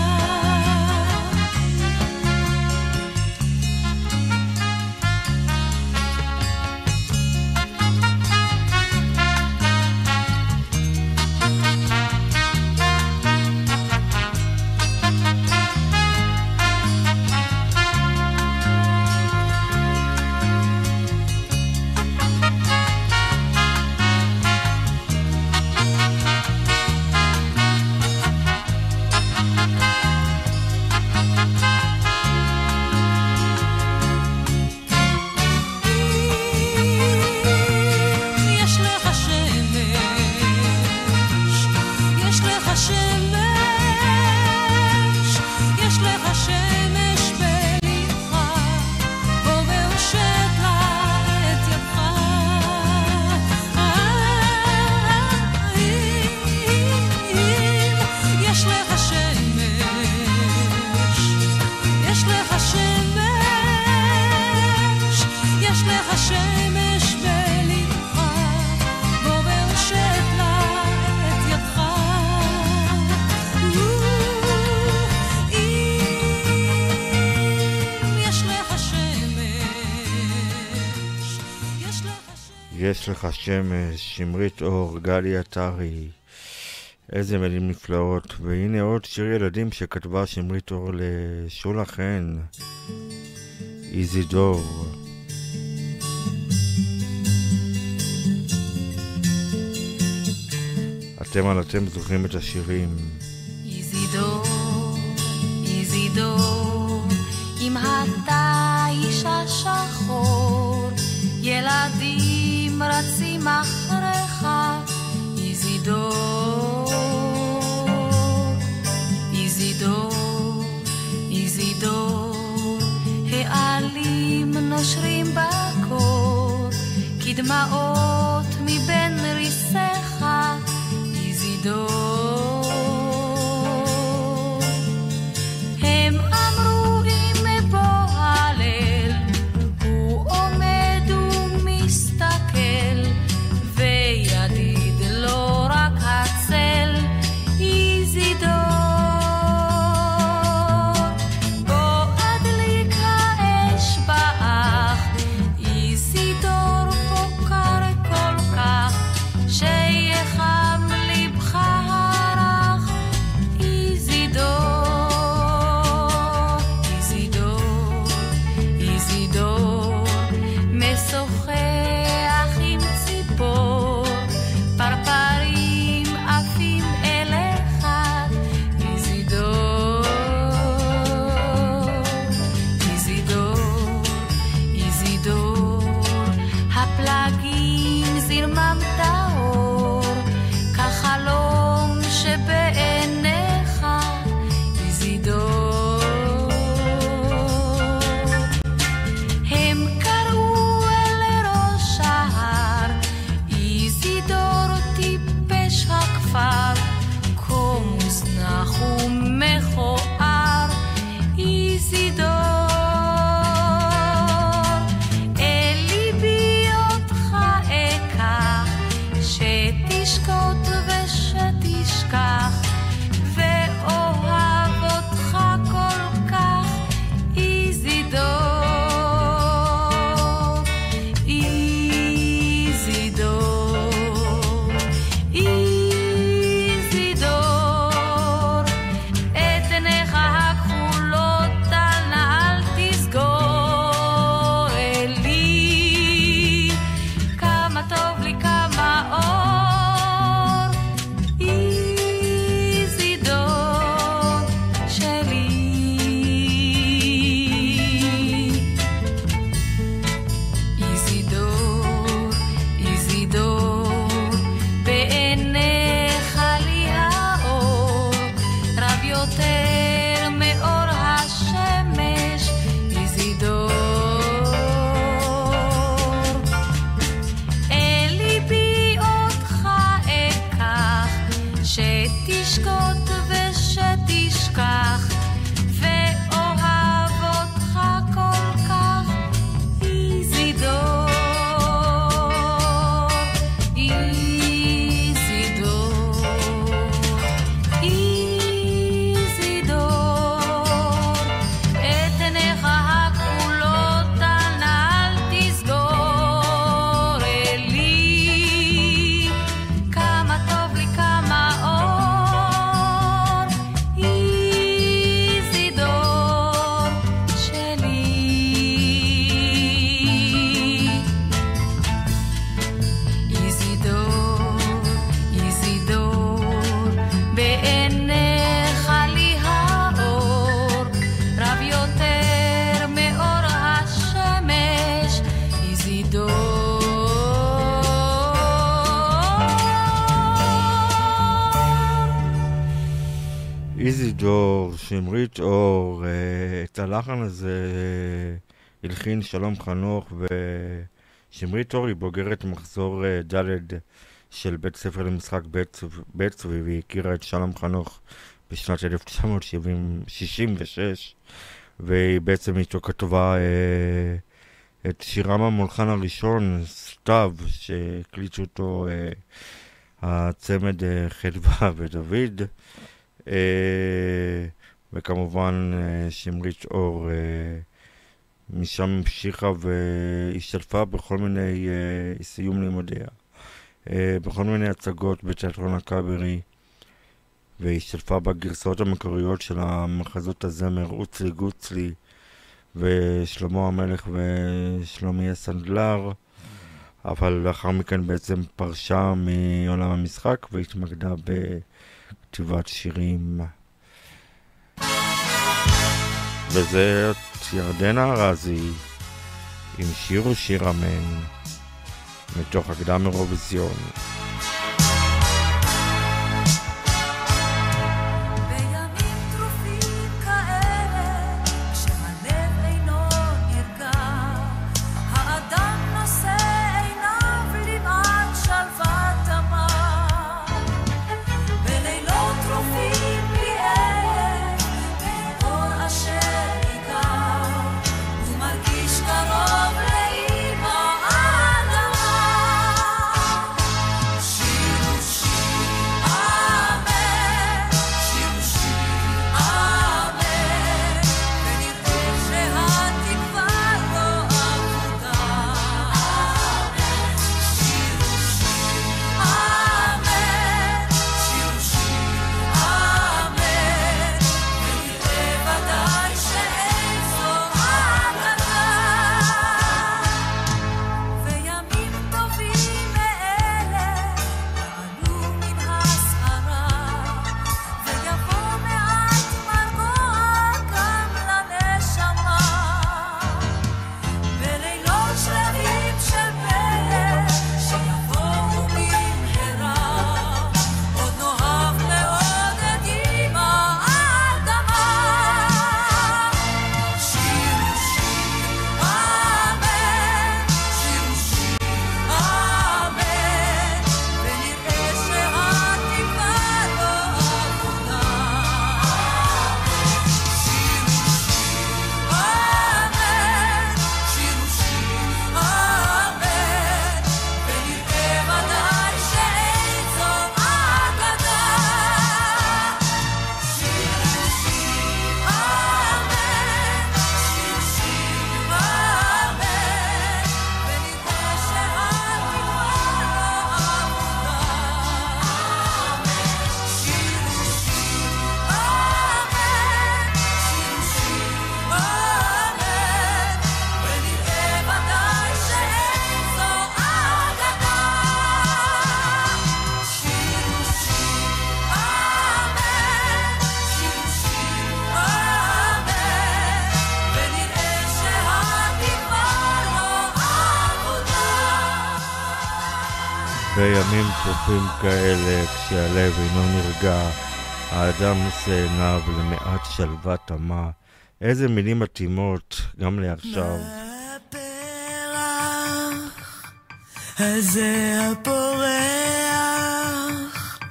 יש לך שמש, שמרית אור, גלי עטרי. איזה מילים נפלאות. והנה עוד שיר ילדים שכתבה שמרית אור לשולה חן, איזידור. אתם על אתם זוכרים את השירים. איזידור, איזידור, אם אתה אישה שחור, ילדים רצים אחריך, איזידור, איזידור, איזידור, העלים נושרים בקור, כדמעות מבין ריסך, איזידור. הם אמרו אם בוא הלל, הוא עומד ומסתכל, וידיד לא רק הצל, איזידור. בוא הדליק האש באח, איזידור פוקר כל כך, שיחם לבך הרך, איזידור, איזידור, איזידור, משוחח עם ציפור, פרפרים עפים אליך, איזידור, איזידור, איזידור, הפלגים זרמם טהור, כחלום שבעיניך, איזידור. הם קראו אל ראש ההר, איזידור טיפש הכפר, כה מוזנח ומכוער, איזידור. אל ליבי אותך אקח, שתשקוט ושתשכח, ואוהב אותך כל כך, איזידור, איזידור, איזידור, את עיניך הכחולות אל נא אל תסגור, אלי כמה טוב לי כמה אור, איזידור שלי, איזידור, איזידור, בעיניך לי האור, רב יותר מאור השמש, איזידור. אל ליבי אותך אקח, שתשקוט ושתשכח, ואוהב אותך כל כך, איזידור, איזידור, איזידור, את עיניך הכחולות אל נא אל תסגור, אלי כמה טוב לי כמה אור, איזידור שלי, איזידור, איזידור, בעיניך לי האור, רב יותר מאור השמש, איזידור. איזידור, שמרית אור, אה, את הלחן הזה אה, הלחין שלום חנוך, ושמרית אור היא בוגרת מחזור אה, ד' של בית ספר למשחק בית, בית צבי, והיא הכירה את שלום חנוך בשנת אלף תשע מאות שישים ושש, והיא בעצם איתו כתובה אה, את שירם המולחן הראשון, סתיו, שהקליטו אותו אה, הצמד אה, חדווה ודוד, אה, וכמובן אה, שמרית אור אה, משם המשיכה והשתתפה בכל מיני אה, סיום לימודיה, אה, בכל מיני הצגות בתיאטרון הקאברי, והשתתפה בגרסאות המקוריות של המחזות הזמר אוצלי גוצלי ושלמה המלך ושלומי הסנדלר, אבל לאחר מכן בעצם פרשה מעולם המשחק והתמקדה בכתיבת שירים. וזה ירדנה ארזי עם שיר ושיר אמן מתוך הקדם אירוויזיון. בימים טרופים כאלה, כשהלב אינו נרגע, האדם נושא עיניו למעט שלווה תמה. איזה מילים מתאימות גם לעכשיו. מהפרח הזה הפורח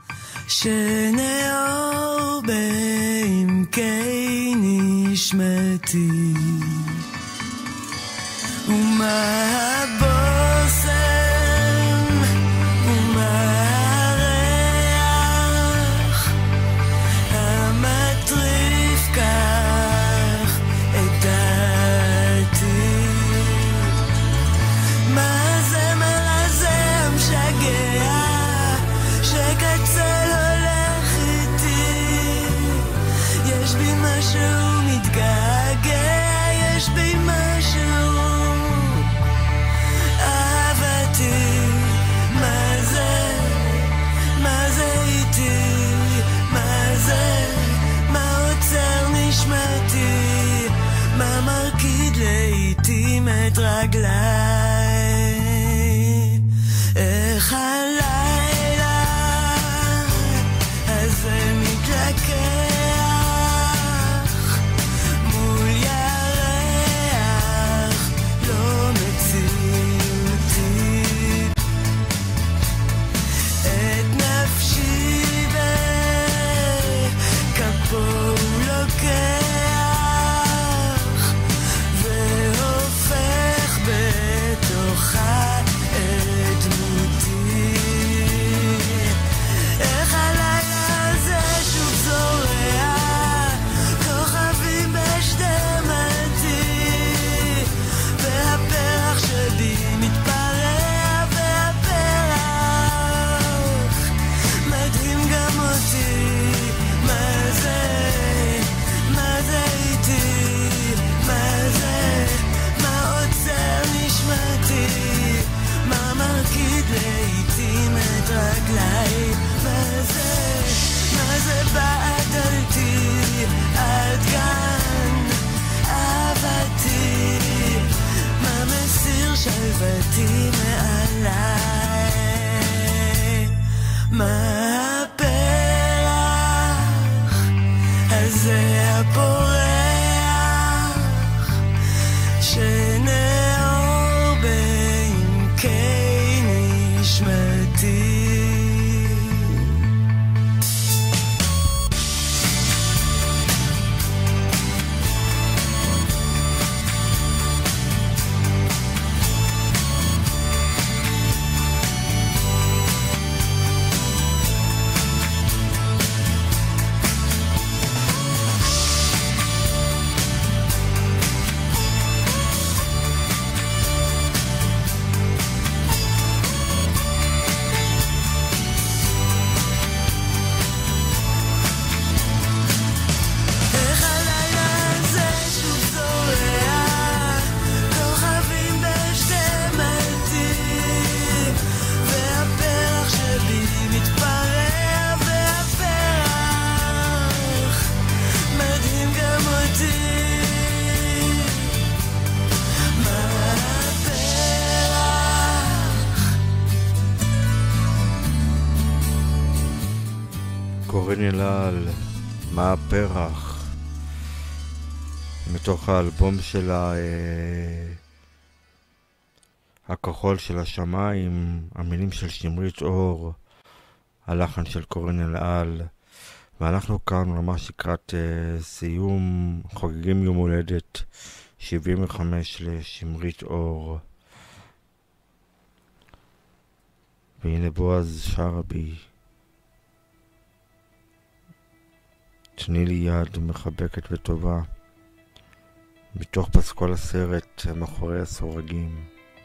שנאור בעמקי נשמתי, ומהבוסם ומהריח המטריף כך את דעתי. מה הזמר הזה המשגע שקצל הולך איתי? יש בי משהו מתגעגע, יש בי משהו מה הפרח הזה הפורח שנאור בעמקי נשמתי. קורן אלעל, מה הפרח, מתוך האלבום שלה אה, הכחול של השמיים, המילים של שמרית אור, הלחן של קורן אלעל, ואנחנו כאן ממש לקראת אה, סיום, חוגגים יום הולדת שבעים וחמש לשמרית אור. והנה בועז שרבי, תני לי יד מחבקת וטובה, מתוך פסקול הסרט מאחורי הסורגים.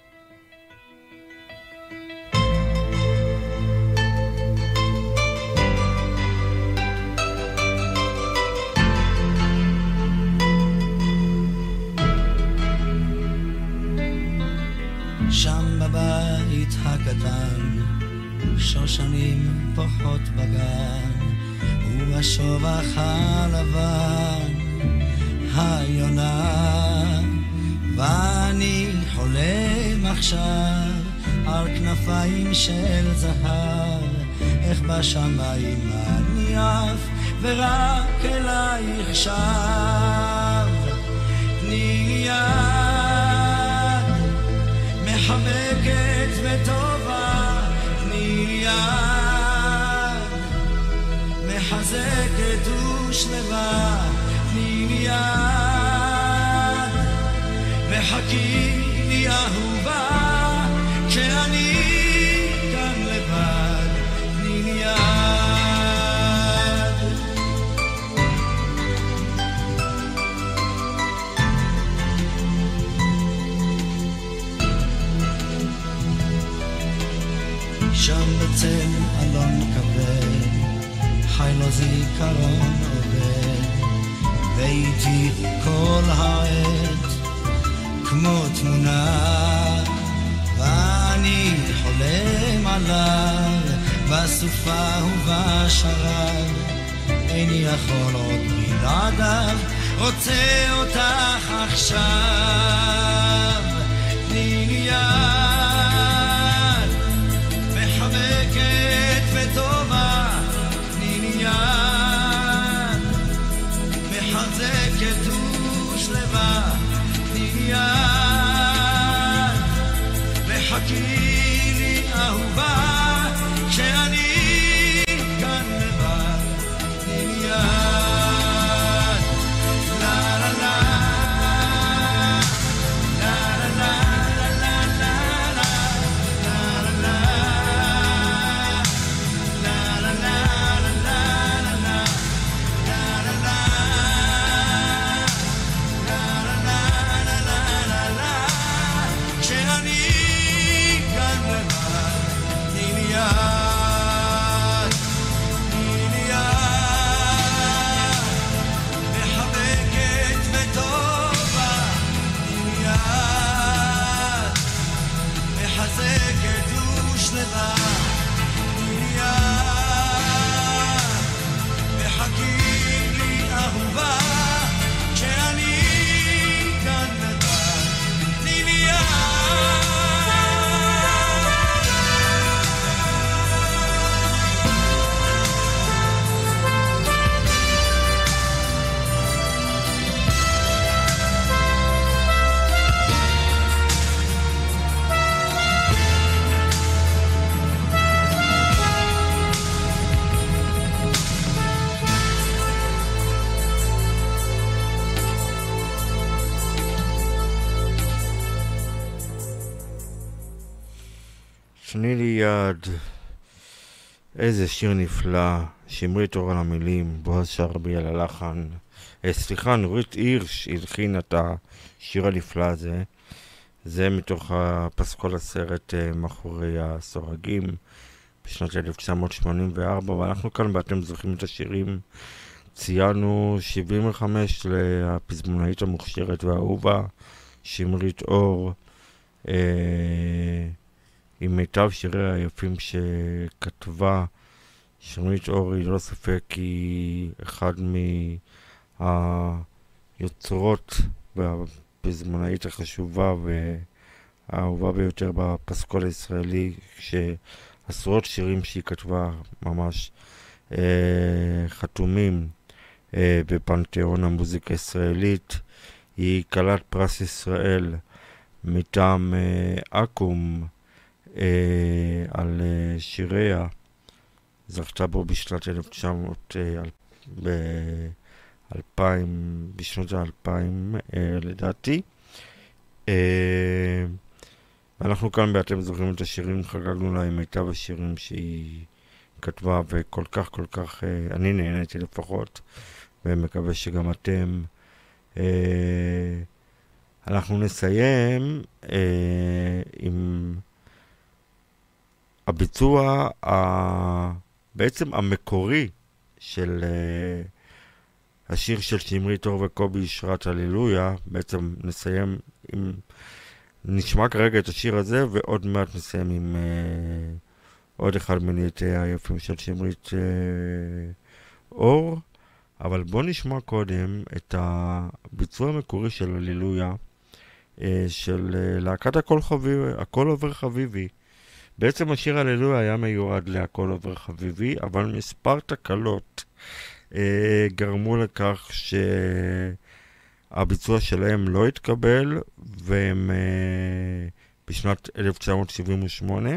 שם בבית הקטן שושנים פוחות בגן ובשובח הלבן היונה, ואני חולם עכשיו על כנפיים של זהב, איך בשמיים אני עף ורק אלייך שב. תני לי יד מחבקת וטובה, תני לי יד מחזקת ושלווה, תני לי יד וחכי לי אהובה, כשאני כאן לבד, תני לי יד. שם בצל אלון כבד חי לו זיכרון עובד, ואיתי כל העת כמו תמונה, ואני חולם עליו בסופה ובשרב, איני יכול עוד בלעדיו, רוצה אותך עכשיו. תני לי יד מחבקת וטובה, תני לי יד מחזקת ושלווה, תני לי יד וחכי לי אהובה, כשאני כאן לבד, תני לי יד. לה לה לה לה לה לה לה לה תני לי יד, איזה שיר נפלא, שמרית אור על המילים, בועז שרבי על הלחן. אה, סליחה, נורית הירש הלחין את השיר הנפלא הזה. זה מתוך הפסקול הסרט אה, מאחורי הסורגים בשנת אלף תשע מאות שמונים וארבע, ואנחנו כאן ואתם זוכרים את השירים. ציינו שבעים וחמש לפזמונאית המוכשרת והאהובה שמרית אור, אה, עם מיטב שיריה היפים שכתבה. שמרית אור היא לא ספק היא אחד מהיוצרות והפזמונאית החשובה והאהובה ביותר בפסקול הישראלי, שעשרות שירים שהיא כתבה ממש אה, חתומים אה, בפנתיאון המוזיקה הישראלית. היא כלת פרס ישראל מטעם אה, אקו"ם אה, על אה, שיריה, זכתה בו בשנת אלף תשע מאות ב-אלפיים, בשנות ה-אלפיים אה, לדעתי. אה, ואנחנו כאן באתם זוכרים את השירים, חגגנו לה עם מיטב השירים שהיא כתבה, וכל כך כל כך אה, אני נהניתי לפחות, ומקווה שגם אתם. אה, אנחנו נסיים אה, עם הביצוע ה... בעצם המקורי של uh, השיר של שמרית אור וקובי אשרת הללויה. בעצם נסיים עם... נשמע כרגע את השיר הזה, ועוד מעט נסיים עם uh, עוד אחד מלהיטי היפים של שמרית uh, אור. אבל בוא נשמע קודם את הביצוע המקורי של הללויה uh, של uh, להקת הכל חביבי, הכל עובר חביבי. בעצם השיר הללויה היה מיועד להכל עובר חביבי, אבל מספר תקלות אה, גרמו לכך שהביצוע שלהם לא התקבל, והם אה, בשנת אלף תשע מאות שבעים ושמונה,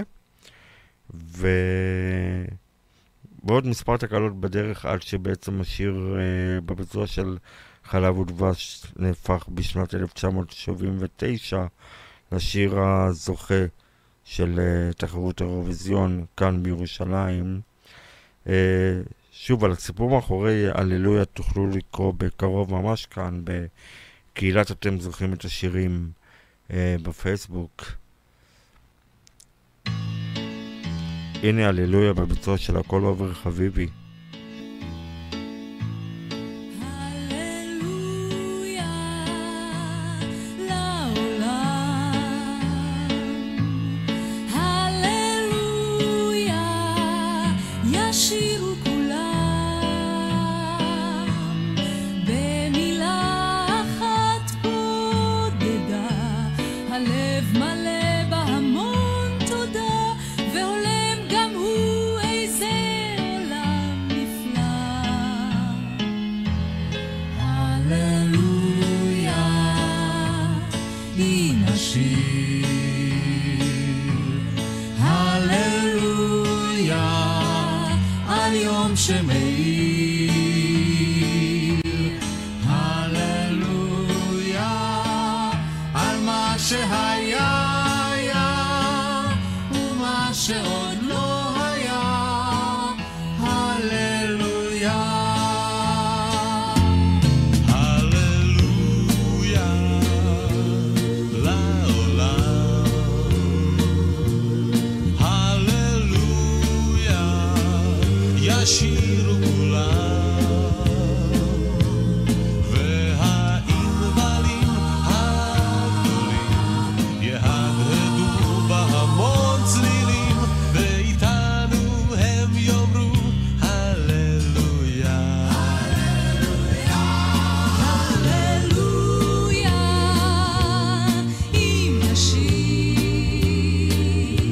ועוד מספר תקלות בדרך עד שבעצם השיר אה, בביצוע של חלב ודבש נהפך בשנת אלף תשע מאות שבעים ותשע לשיר הזוכה של uh, תחרות האירוויזיון כאן בירושלים. Uh, שוב, על הסיפור מאחורי הללויה תוכלו לקרוא בקרוב ממש כאן בקהילת אתם זוכרים את השירים uh, בפייסבוק. הנה הללויה בביצוע של הכל עובר חביבי.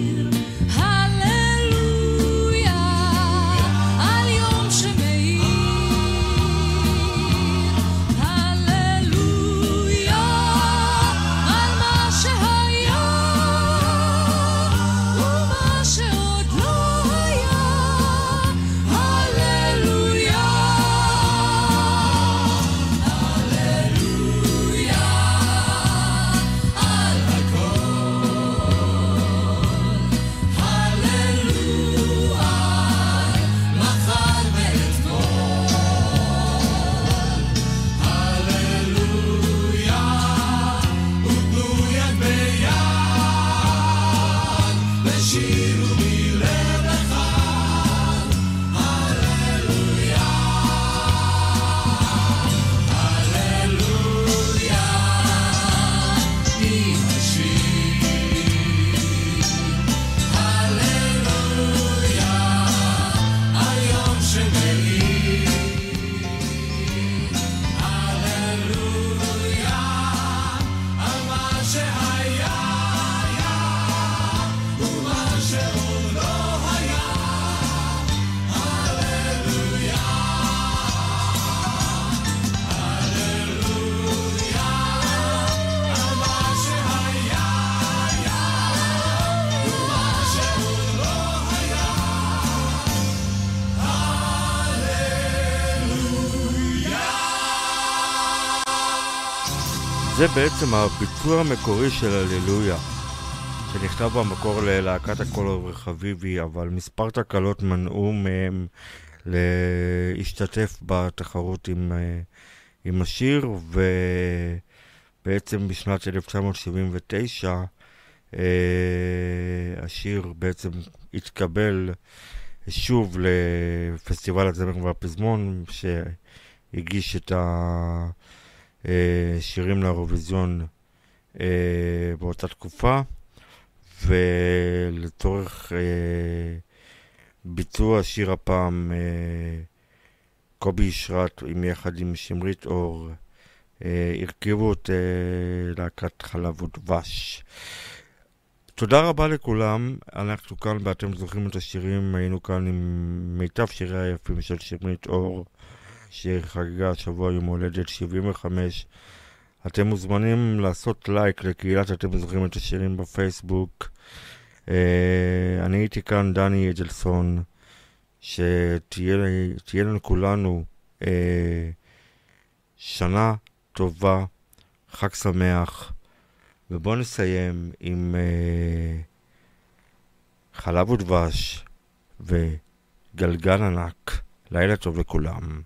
Hallelujah, על יום שמאיר זה בעצם הביצוע המקורי של הללויה, שנכתב במקור ללהקת הקול הרחביבי, אבל מספר תקלות מנעו מהם להשתתף בתחרות עם, עם השיר, ובעצם בשנת אלף תשע מאות שבעים ותשע השיר בעצם התקבל שוב לפסטיבל הזמר והפזמון, שהגיש את השירים לאירוויזיון באותה תקופה, ולצורך ביצוע שיר הפעם קובי ישרת עם יחד עם שמרית אור הרכיבו את להקת חלב ודבש. תודה רבה לכולם, אנחנו כאן ואתם זוכרים את השירים, היינו כאן עם מיטב שירי היפים של שמרית אור שחגגה השבוע יום הולדת שבעים וחמש. אתם מוזמנים לעשות לייק לקהילת אתם זוכרים את השירים בפייסבוק. אני הייתי כאן דני אדלסון, שתהיה לנו כולנו שנה טובה, חג שמח, ובואו נסיים עם חלב ודבש וגלגל ענק. לילה טוב לכולם.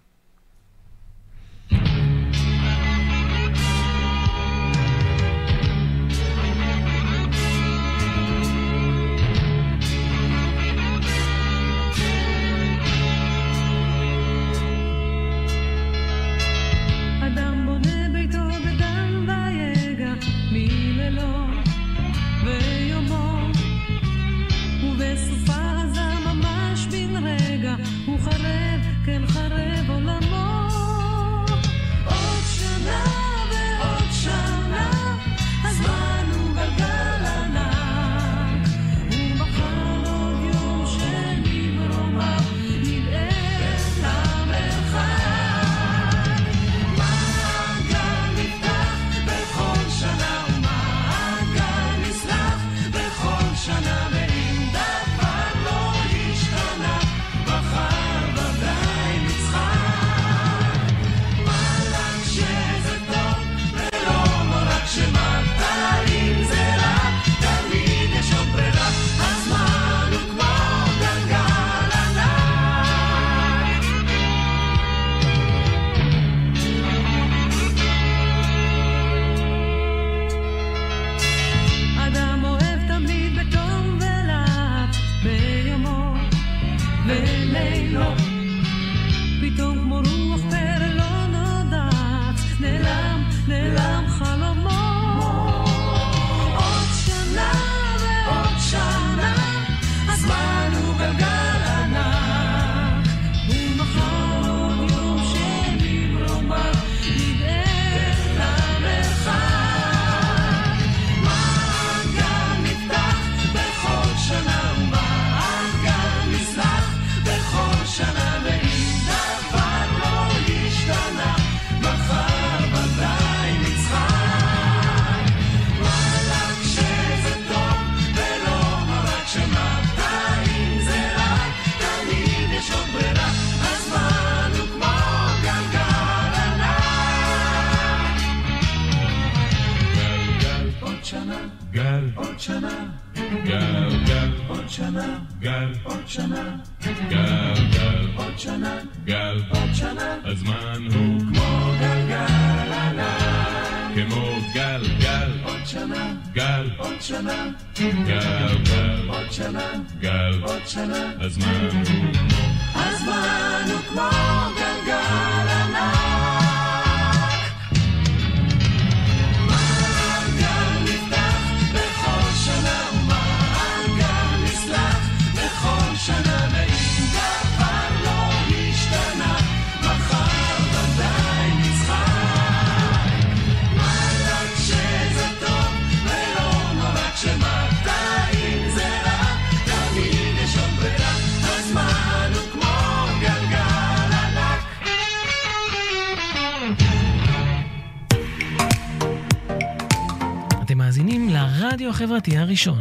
הרדיו החברתי הראשון.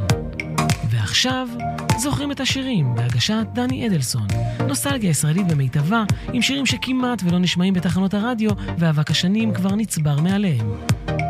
ועכשיו זוכרים את השירים בהגשת דני אדלסון. נוסטלגיה ישראלית במיטבה, עם שירים שכמעט ולא נשמעים בתחנות הרדיו, ואבק השנים כבר נצבר מעליהם.